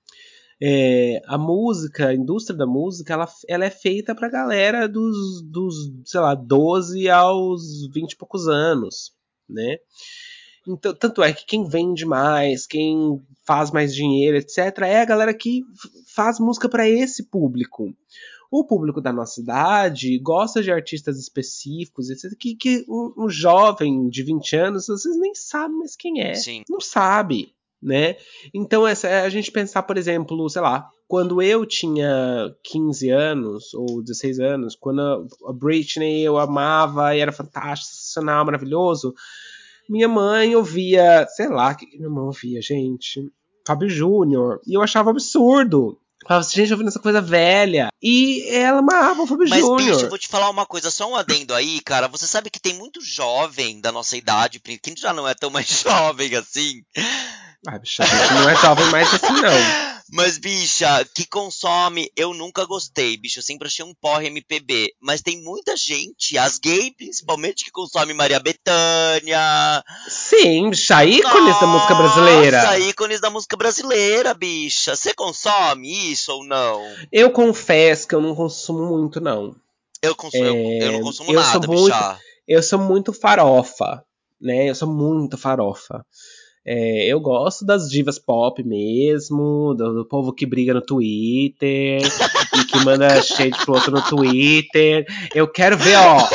A música, a indústria da música, ela é feita pra galera dos, sei lá, 12 aos 20 e poucos anos, né? Então, tanto é que quem vende mais, quem faz mais dinheiro, etc., é a galera que faz música pra esse público. O público da nossa idade gosta de artistas específicos, etc., que um jovem de 20 anos, vocês nem sabem mais quem é. Sim. Não sabe. Né? Então, a gente pensar, por exemplo, sei lá, quando eu tinha 15 anos ou 16 anos, quando a Britney eu amava e era fantástico, sensacional, maravilhoso, minha mãe ouvia, sei lá, o que minha mãe ouvia, gente? Fábio Júnior. E eu achava absurdo. Falava assim, gente, ouvindo essa coisa velha. E ela amava o Fábio Júnior. Mas, bicho, eu vou te falar uma coisa, só um adendo aí, cara. Você sabe que tem muito jovem da nossa idade, quem já não é tão mais jovem assim. Bicha, a gente não é jovem mais assim, não. Mas, bicha, que consome, eu nunca gostei, bicho. Eu sempre achei um porre MPB. Mas tem muita gente, as gays principalmente, que consome Maria Bethânia. Sim, bicha, ícones da música brasileira. Nossa, ícones da música brasileira, bicha. Você consome isso ou não? Eu confesso que eu não consumo muito, não. Eu não consumo nada, bicha. Eu sou muito farofa, né? Eu sou muito farofa. Eu gosto das divas pop mesmo, do povo que briga no Twitter e que manda shade pro outro no Twitter. Eu quero ver, ó,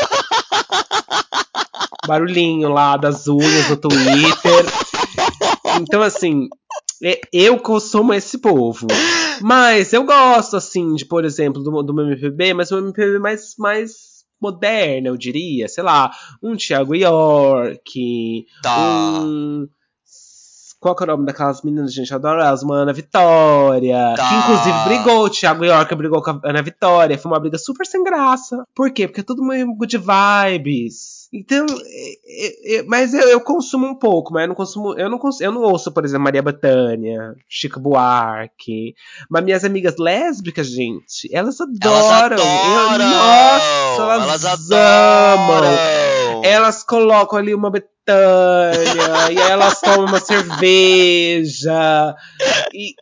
barulhinho lá das unhas no Twitter. Então, assim, eu consumo esse povo. Mas eu gosto, assim, de, por exemplo, do meu MPB, mas um MPB mais moderno, eu diria. Sei lá, um Thiago York, Tá, um... Qual que é o nome daquelas meninas que a gente adora? As uma Ana Vitória. Que inclusive tá. brigou, o Thiago York brigou com a Ana Vitória. Foi uma briga super sem graça. Por quê? Porque é tudo meio good vibes. Então, mas eu consumo um pouco, mas eu não ouço, por exemplo, Maria Bethânia, Chico Buarque. Mas minhas amigas lésbicas, gente, elas Elas adoram. Nossa, adoram! Elas elas amam. adoram! Elas colocam ali uma Betânia, e aí elas tomam uma cerveja, e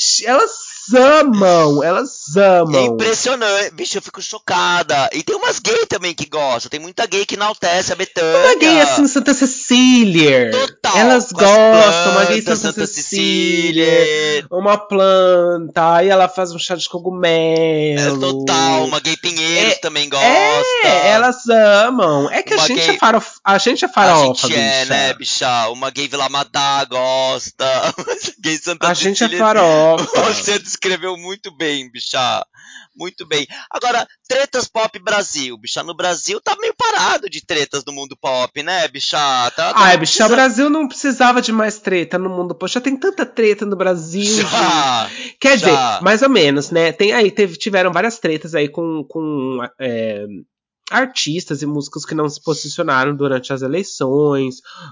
elas É amam. impressionante, bicho, eu fico chocada. E tem umas gays também que gostam. Tem muita gay que enaltece a Uma gay assim, Betânia. Santa Cecília. Total, Elas com as gostam, uma gay plantas, Santa Santa Cecília, Cecília. uma planta, aí ela faz um chá de É total, cogumelo. uma gay Pinheiros É, também gosta. elas amam. É que Uma gay. a gente é A farofa, gente é, bicha. né, bicha? Uma gay Vila Madá gosta. Mas a gay Santa A gente é Cecília. farofa. Você descreveu muito bem, bicha. Muito bem. Agora, tretas pop Brasil, bicha. No Brasil tá meio parado de tretas no mundo pop, né, bicha? Ai, Tava bicho, o precisando. Brasil não precisava de mais treta no mundo. Poxa, já tem tanta treta no Brasil, gente. Já, Quer dizer, já. mais ou menos, né? Tem aí, tiveram várias tretas aí com artistas e músicos que não se posicionaram durante as eleições,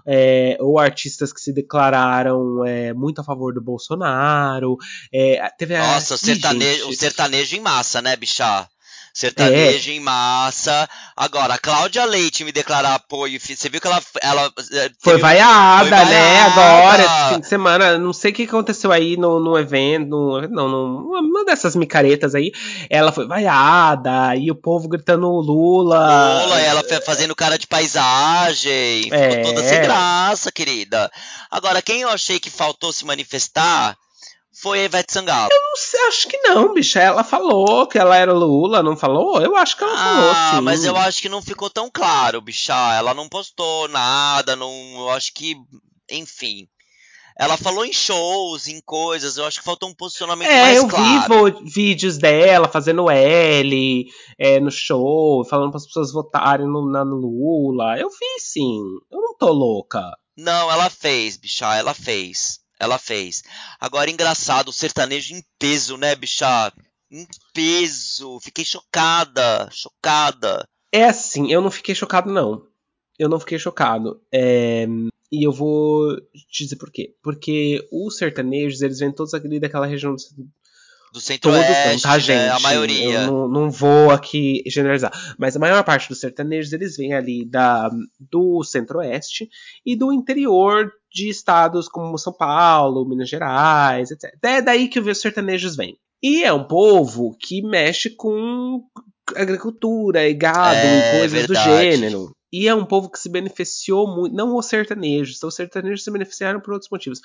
ou artistas que se declararam muito a favor do Bolsonaro. Teve a. Nossa, Ih, o gente. sertanejo em massa, né, bicha? É, Sertanejo em massa. Agora, a Cláudia Leite me declarar apoio. Você viu que ela foi teve. Foi vaiada, né? Agora, esse fim vaiada. de semana, não sei o que aconteceu aí no evento, não, numa dessas micaretas aí, ela foi vaiada, e o povo gritando Lula. Lula, ela fazendo cara de paisagem. Ficou toda sem É, graça, querida. Agora, quem eu achei que faltou se manifestar foi a Ivete Sangalo. não sei, acho que não, bicha. Ela falou que ela era Lula, não falou? Eu acho que ela falou, Ah, mas eu sim. acho que não ficou tão claro, bicha. Ela não postou nada, não. Eu acho que, enfim. Ela falou em shows, em coisas. Eu acho que faltou um posicionamento mais Eu vi claro. vídeos dela fazendo L no show, falando para as pessoas votarem no Lula. Eu vi, sim. Eu não tô louca. Não, ela fez, bicha. Ela fez. Ela fez. Agora, engraçado, o sertanejo em peso, né, bicha? Em peso. Fiquei chocada. Chocada. É assim, eu não fiquei chocado, não. Eu não fiquei chocado. E eu vou te dizer por quê. Porque os sertanejos, eles vêm todos ali daquela região. Do Todos não, tá, centro-oeste, né? A gente? Eu maioria. não vou aqui generalizar. Mas a maior parte dos sertanejos, eles vêm ali do centro-oeste e do interior de estados como São Paulo, Minas Gerais, etc. É daí que os sertanejos vêm. E é um povo que mexe com agricultura e gado e É coisas do verdade. gênero. E é um povo que se beneficiou muito, não os sertanejos, então os sertanejos se beneficiaram por outros motivos.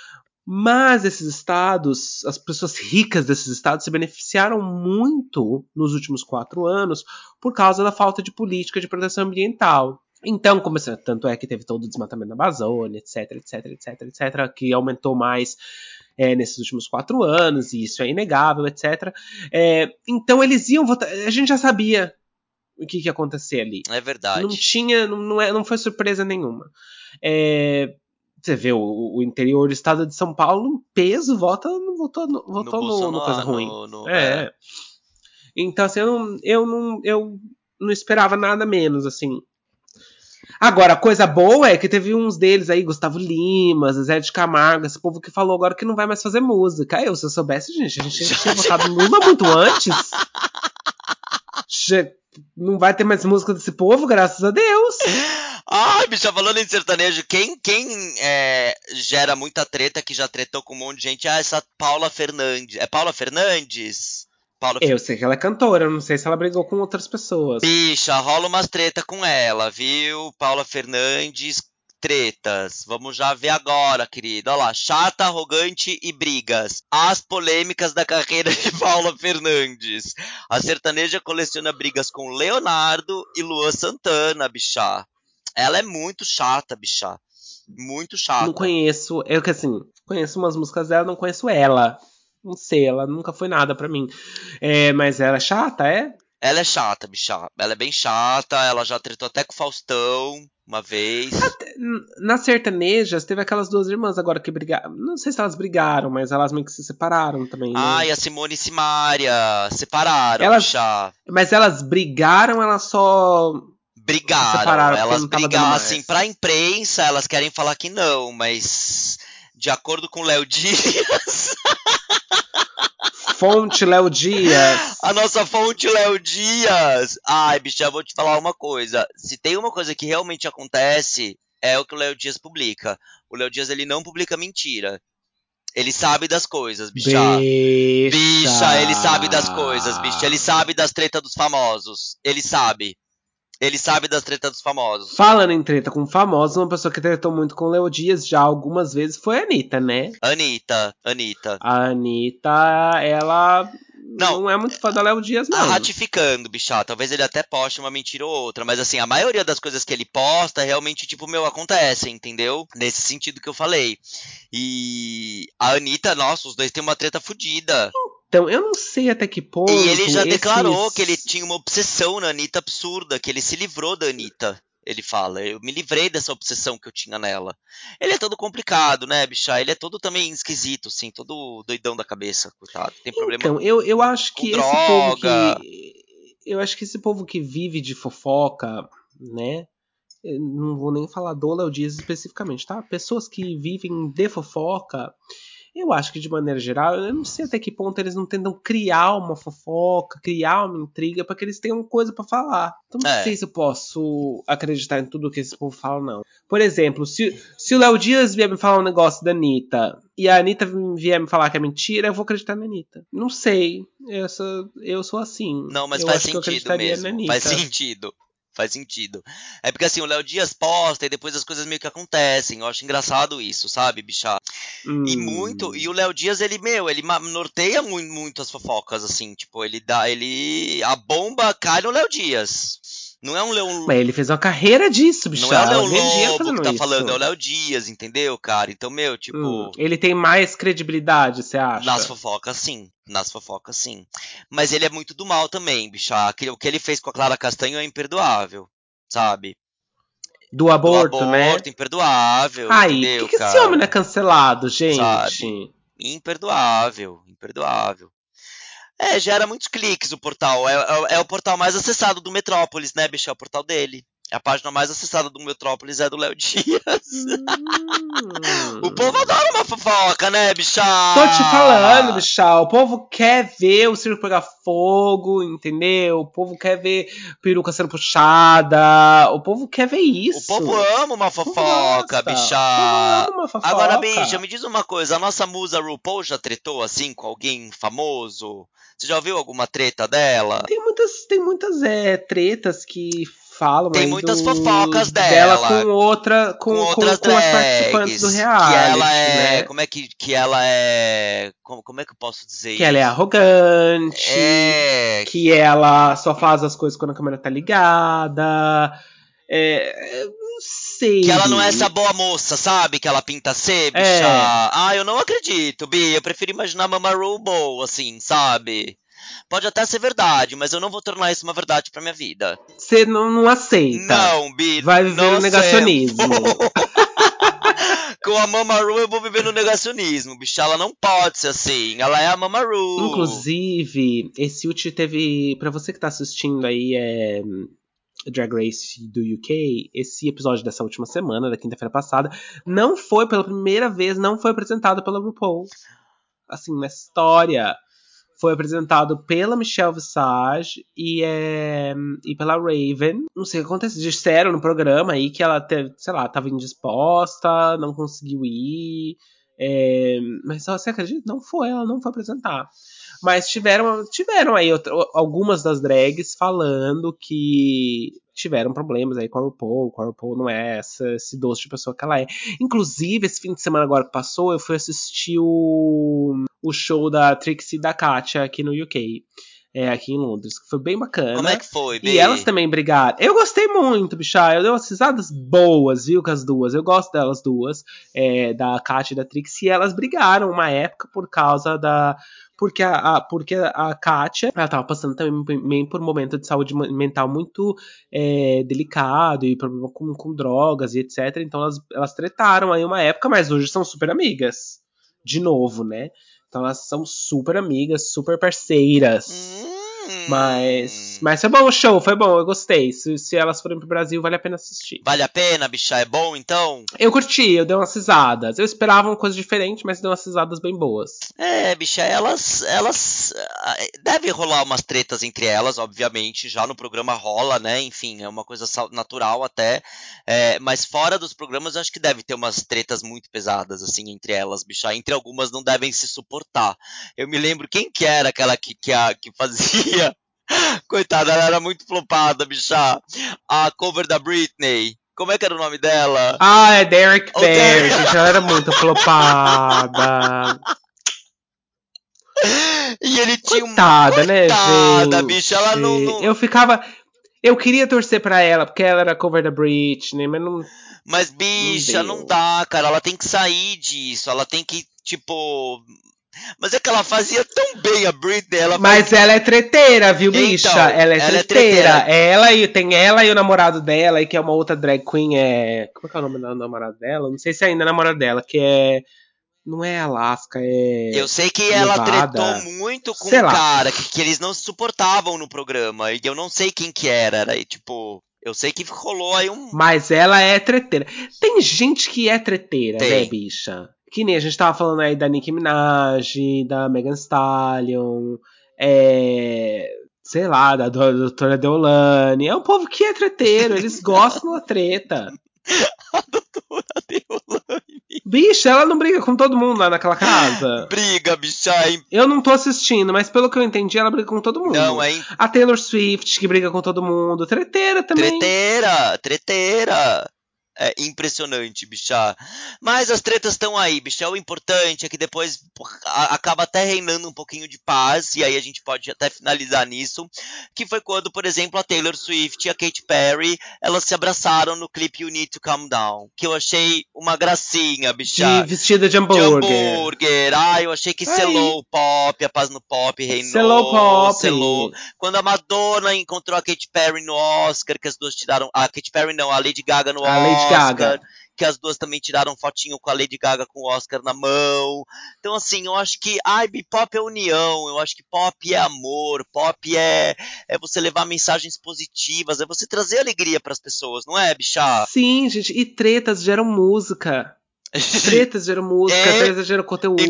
Mas esses estados, as pessoas ricas desses estados se beneficiaram muito nos últimos 4 anos por causa da falta de política de proteção ambiental. Então, tanto é que teve todo o desmatamento da Amazônia, etc, etc, etc, etc, que aumentou mais nesses últimos 4 anos, e isso é inegável, etc. Então eles iam votar. A gente já sabia o que ia acontecer ali. É Não verdade. tinha, não foi surpresa nenhuma. É, Você vê o interior do estado de São Paulo em peso, No votou no coisa Bolsonaro, ruim. é. É. Então, assim, eu não esperava nada menos, assim. Agora, a coisa boa é que teve uns deles aí, Gustavo Lima, Zezé de Camargo, esse povo que falou agora que não vai mais fazer música. Se eu soubesse, gente, a gente tinha votado no Lula muito antes. Não vai ter mais música desse povo, graças a Deus. Ai, bicha, falando em sertanejo, quem gera muita treta, que já tretou com um monte de gente, essa Paula Fernandes. É Paula Fernandes? Paula Eu sei que ela é cantora, eu não sei se ela brigou com outras pessoas. Bicha, rola umas treta com ela, viu? Paula Fernandes tretas. Vamos já ver agora, querido. Olha lá, chata, arrogante e brigas. As polêmicas da carreira de Paula Fernandes. A sertaneja coleciona brigas com Leonardo e Luan Santana, bichá. Ela é muito chata, bichá. Muito Não chata. conheço. Eu que assim, conheço umas músicas dela, não conheço ela. Não sei, ela nunca foi nada pra mim. Mas ela é chata, é? Ela é chata, bichá. Ela é bem chata. Ela já tretou até com o Faustão uma vez. Nas sertanejas, teve aquelas duas irmãs agora que brigaram. Não sei se elas brigaram, mas elas meio que se separaram também, né? Ai, a Simone e Simaria separaram, Elas, bichá. mas elas brigaram, elas só se Brigaram. separaram porque Elas não tava dando brigaram, assim, mais. pra imprensa, elas querem falar que não, mas de acordo com o Léo Dias, Fonte Léo Dias. a nossa fonte Léo Dias. Ai, bicha, eu vou te falar uma coisa. Se tem uma coisa que realmente acontece, é o que o Léo Dias publica. O Léo Dias, ele não publica mentira. Ele sabe das coisas, bicha. Bicha. Bicha, ele sabe das coisas, bicha. Ele sabe das tretas dos famosos. Ele sabe. Ele sabe das tretas dos famosos. Falando em treta com famosos, uma pessoa que tretou muito com o Léo Dias já algumas vezes foi a Anitta, né? Anitta. A Anitta, ela Não, não é muito fã da Léo Dias, não. ratificando, bichá. Talvez ele até poste uma mentira ou outra, mas assim, a maioria das coisas que ele posta realmente, tipo, meu, acontecem, entendeu? Nesse sentido que eu falei. E a Anitta, nossa, os dois têm uma treta fodida. Então, eu não sei até que E ele ponto já declarou que ele esses. tinha uma obsessão na Anitta absurda, que ele se livrou da Anitta. Ele fala, eu me livrei dessa obsessão que eu tinha nela. Ele é todo complicado, né, bicha? Ele é todo também esquisito, assim, todo doidão da cabeça, coitado. Tem problema Então, eu acho com que esse povo que. droga. Eu acho que esse povo que vive de fofoca, né? Eu não vou nem falar do Léo Dias especificamente, tá? Pessoas que vivem de fofoca. Eu acho que, de maneira geral, eu não sei até que ponto eles não tentam criar uma fofoca, criar uma intriga para que eles tenham coisa para falar. Então, não sei É, se eu posso acreditar em tudo que esse povo fala, não. Por exemplo, se o Léo Dias vier me falar um negócio da Anitta e a Anitta vier me falar que é mentira, eu vou acreditar na Anitta. Não sei. Eu sou assim. não, mas Eu faz acho que eu sentido acreditaria na mesmo. Faz Anitta. sentido. Faz sentido. É porque assim, o Léo Dias posta e depois as coisas meio que acontecem. Eu acho engraçado isso, sabe, bicha? E muito. E o Hum. Léo Dias, ele, meu, ele norteia muito as fofocas, assim. Tipo, ele dá. Ele. A bomba cai no Léo Dias. Não é um Leão. Mas ele fez uma carreira disso, Não é o bicha. Leão Eu ganhei dinheiro Lobo que fazendo tá falando, é o isso. Léo Dias, entendeu, cara? Então, meu, tipo. Ele tem mais credibilidade, você Nas acha? fofocas, sim. Nas fofocas, sim. Mas ele é muito do mal também, bicha. O que ele fez com a Clara Castanho é imperdoável, sabe? Do Do aborto, né? aborto, imperdoável, Ai, por entendeu, que esse homem não é cara? cancelado, Sabe? gente? Imperdoável, imperdoável. É, gera muitos cliques o portal. É o portal mais acessado do Metrópolis, né, bicho? É o portal dele. A página mais acessada do Metrópolis é do Léo Dias. O povo Hum. adora uma fofoca, né, bicha? Tô te falando, bichal. O povo quer ver o circo pegar fogo, entendeu? O povo quer ver peruca sendo puxada. O povo quer ver O povo isso. ama uma O povo fofoca, gosta. bicha. O povo ama uma Agora, bicha, fofoca. me diz uma coisa. A nossa musa RuPaul já tretou assim com alguém famoso? Você já ouviu alguma treta dela? Tem muitas tretas que falam Tem aí muitas do fofocas dela com dela, outra com com, outras com as participantes do drags, que ela reality, é, né? como é que ela é, como é que eu posso dizer Que ela é isso? arrogante, É, que ela só faz as coisas quando a câmera tá ligada. Eu não que sei, ela não é essa Bi. boa moça, sabe? Que ela pinta ser, bicha. É, Ah, eu não acredito, Bi. Eu prefiro imaginar a Mama Ru boa, assim, sabe? Pode até ser verdade, mas eu não vou tornar isso uma verdade pra minha vida. você não aceita. Não, Bi, Vai viver não no aceito. negacionismo. Com a Mama Ru eu vou viver no negacionismo, bicha. Ela não pode ser assim. Ela é a Mama Ru. Inclusive, esse último teve. Pra você que tá assistindo aí, Drag Race do UK, esse episódio dessa última semana, da quinta-feira passada, não foi, pela primeira vez, não foi apresentado pela RuPaul. Assim, na história. Foi apresentado pela Michelle Visage e pela Raven. Não sei o que aconteceu. Disseram no programa aí que ela, sei lá, tava indisposta, não conseguiu ir. Mas você acredita? Não foi, ela não foi apresentar. Mas tiveram aí algumas das drags falando que tiveram problemas aí com a RuPaul. A RuPaul não é esse doce de pessoa que ela é. Inclusive, esse fim de semana agora que passou, eu fui assistir o show da Trixie e da Katya aqui no UK. Aqui em Londres, que foi bem bacana. Como é que foi, E elas também brigaram. Eu gostei muito, bicha. Eu dei umas risadas boas, viu, com as duas. Eu gosto delas duas, da Katya e da Trixie. E elas brigaram uma época por causa da... Porque a Katya, ela tava passando também por um momento de saúde mental muito delicado e problema com drogas e etc. Então elas tretaram aí uma época, mas hoje são super amigas. De novo, né? Então elas são super amigas, super parceiras. Mas foi bom o show, foi bom, eu gostei. Se elas forem pro Brasil, vale a pena assistir. Vale a pena, bicha? É bom, então? Eu curti, eu dei umas risadas. Eu esperava uma coisa diferente, mas dei umas risadas bem boas. Bicha, elas deve rolar umas tretas entre elas, obviamente, já no programa rola, né, enfim, é uma coisa natural até, mas fora dos programas eu acho que deve ter umas tretas muito pesadas, assim, entre elas, bicha, entre algumas não devem se suportar. Eu me lembro quem que era aquela que fazia, coitada, ela era muito flopada, bicha, a cover da Britney. Como é que era o nome dela? É Derek Barry, gente, ela era muito flopada. E ele tinha Coitada, né, gente? Bicha, ela não... Eu queria torcer pra ela, porque ela era cover da Britney, mas não... Mas, bicha, não dá, cara. Ela tem que sair disso. Ela tem que, tipo... Mas é que ela fazia tão bem a Britney. Mas ela é treteira, viu, bicha? Então, ela é treteira. Tem ela e o namorado dela, que é uma outra drag queen. Como é que é o nome do namorado dela? Não sei se ainda é namorado dela, que é... Não é Alaska, é... Eu sei que ela Nevada. tretou muito com Sei um lá. cara que eles não se suportavam no programa. E eu não sei quem que era. Era, tipo... Eu sei que rolou aí um... Mas ela é treteira. Tem gente que é treteira, Tem. né, bicha? Que nem a gente tava falando aí da Nicki Minaj, da Megan Stallion, sei lá, da doutora Deolane. É um povo que é treteiro, eles gostam da treta. A doutora Deolane. Bicha, ela não briga com todo mundo lá naquela casa. Briga, bicha. Eu não tô assistindo, mas pelo que eu entendi, ela briga com todo mundo. Não, A Taylor Swift, que briga com todo mundo. Treteira também. Treteira. É impressionante, bicha. Mas as tretas estão aí, bicha. O importante é que depois acaba até reinando um pouquinho de paz, e aí a gente pode até finalizar nisso, que foi quando, por exemplo, a Taylor Swift e a Katy Perry, elas se abraçaram no clipe You Need to Calm Down, que eu achei uma gracinha, bicha. De vestida de hambúrguer. Eu achei que selou o pop, a paz no pop reinou. Selou pop. Selou. Quando a Madonna encontrou a Katy Perry no Oscar, que as duas tiraram... A Katy Perry não, a Lady Gaga no Oscar. Que as duas também tiraram fotinho com a Lady Gaga com o Oscar na mão. Então, assim, eu acho que pop é união, eu acho que pop é amor, pop é você levar mensagens positivas, é você trazer alegria pras pessoas, não é, bicha? Sim, gente, e tretas geram música. Tretas geram conteúdo.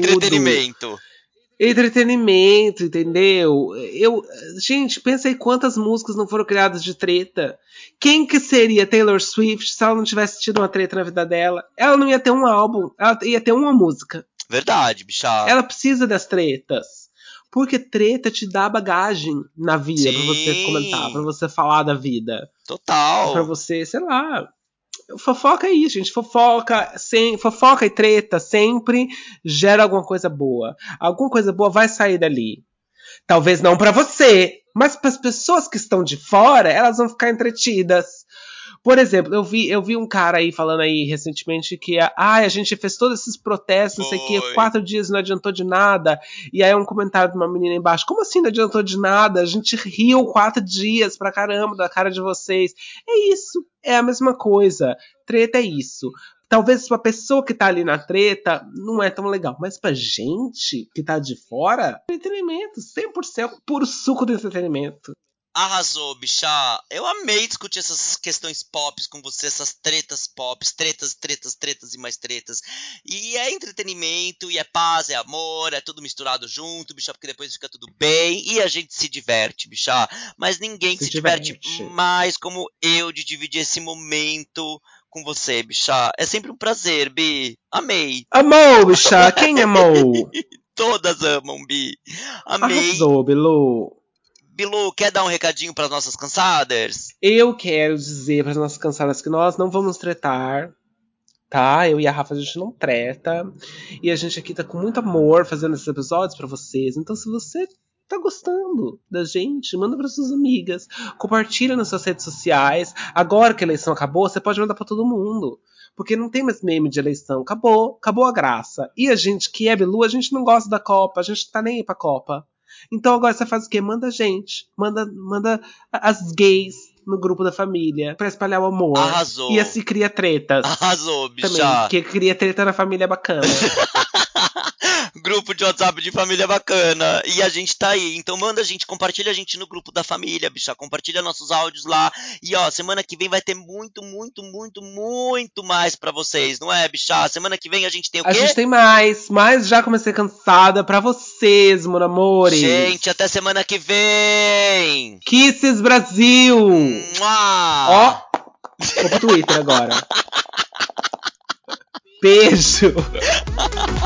Entretenimento, entendeu? Gente, pensa aí quantas músicas não foram criadas de treta. Quem que seria Taylor Swift se ela não tivesse tido uma treta na vida dela? Ela não ia ter um álbum, ela ia ter uma música. Verdade, bicha. Ela precisa das tretas. Porque treta te dá bagagem na vida. Sim. Pra você comentar, pra você falar da vida. Total. Pra você, sei lá... Fofoca é isso, gente. Fofoca e treta sempre gera alguma coisa boa. Alguma coisa boa vai sair dali. Talvez não pra você, mas para as pessoas que estão de fora, elas vão ficar entretidas. Por exemplo, eu vi um cara aí falando aí recentemente que a gente fez todos esses protestos, não sei o que, 4 dias não adiantou de nada. E aí um comentário de uma menina embaixo, como assim não adiantou de nada? A gente riu 4 dias pra caramba da cara de vocês. É isso, é a mesma coisa. Treta é isso. Talvez pra pessoa que tá ali na treta não é tão legal, mas pra gente que tá de fora, entretenimento, 100% puro suco do entretenimento. Arrasou, bicha. Eu amei discutir essas questões pop com você, essas tretas pop, tretas e mais tretas. E é entretenimento, e é paz, é amor, é tudo misturado junto, bicha, porque depois fica tudo bem e a gente se diverte, bicha. Mas ninguém se diverte mais como eu de dividir esse momento com você, bicha. É sempre um prazer, Bi. Amei. Amou, bicha. Quem amou? Todas amam, Bi. Amei. Arrasou, Bilu. Bilu, quer dar um recadinho para as nossas cansadas? Eu quero dizer para as nossas cansadas que nós não vamos tretar, tá? Eu e a Rafa, a gente não treta. E a gente aqui tá com muito amor fazendo esses episódios pra vocês. Então, se você tá gostando da gente, manda para suas amigas. Compartilha nas suas redes sociais. Agora que a eleição acabou, você pode mandar pra todo mundo. Porque não tem mais meme de eleição. Acabou a graça. E a gente que é Bilu, a gente não gosta da Copa. A gente tá nem aí pra Copa. Então agora você faz o quê? Manda a gente. Manda as gays no grupo da família pra espalhar o amor. Arrasou. E assim cria tretas. Arrasou, bicha. Também, porque cria treta na família bacana. Grupo de WhatsApp de família bacana. E a gente tá aí. Então manda a gente, compartilha a gente no grupo da família, bicha. Compartilha nossos áudios lá. E ó, semana que vem vai ter muito mais pra vocês, não é, bicha? Semana que vem a gente tem o quê? A gente tem mais, mas já comecei cansada pra vocês, meu amores. Gente, até semana que vem. Kisses Brasil. Mua! Ó, vou pro Twitter agora. Beijo.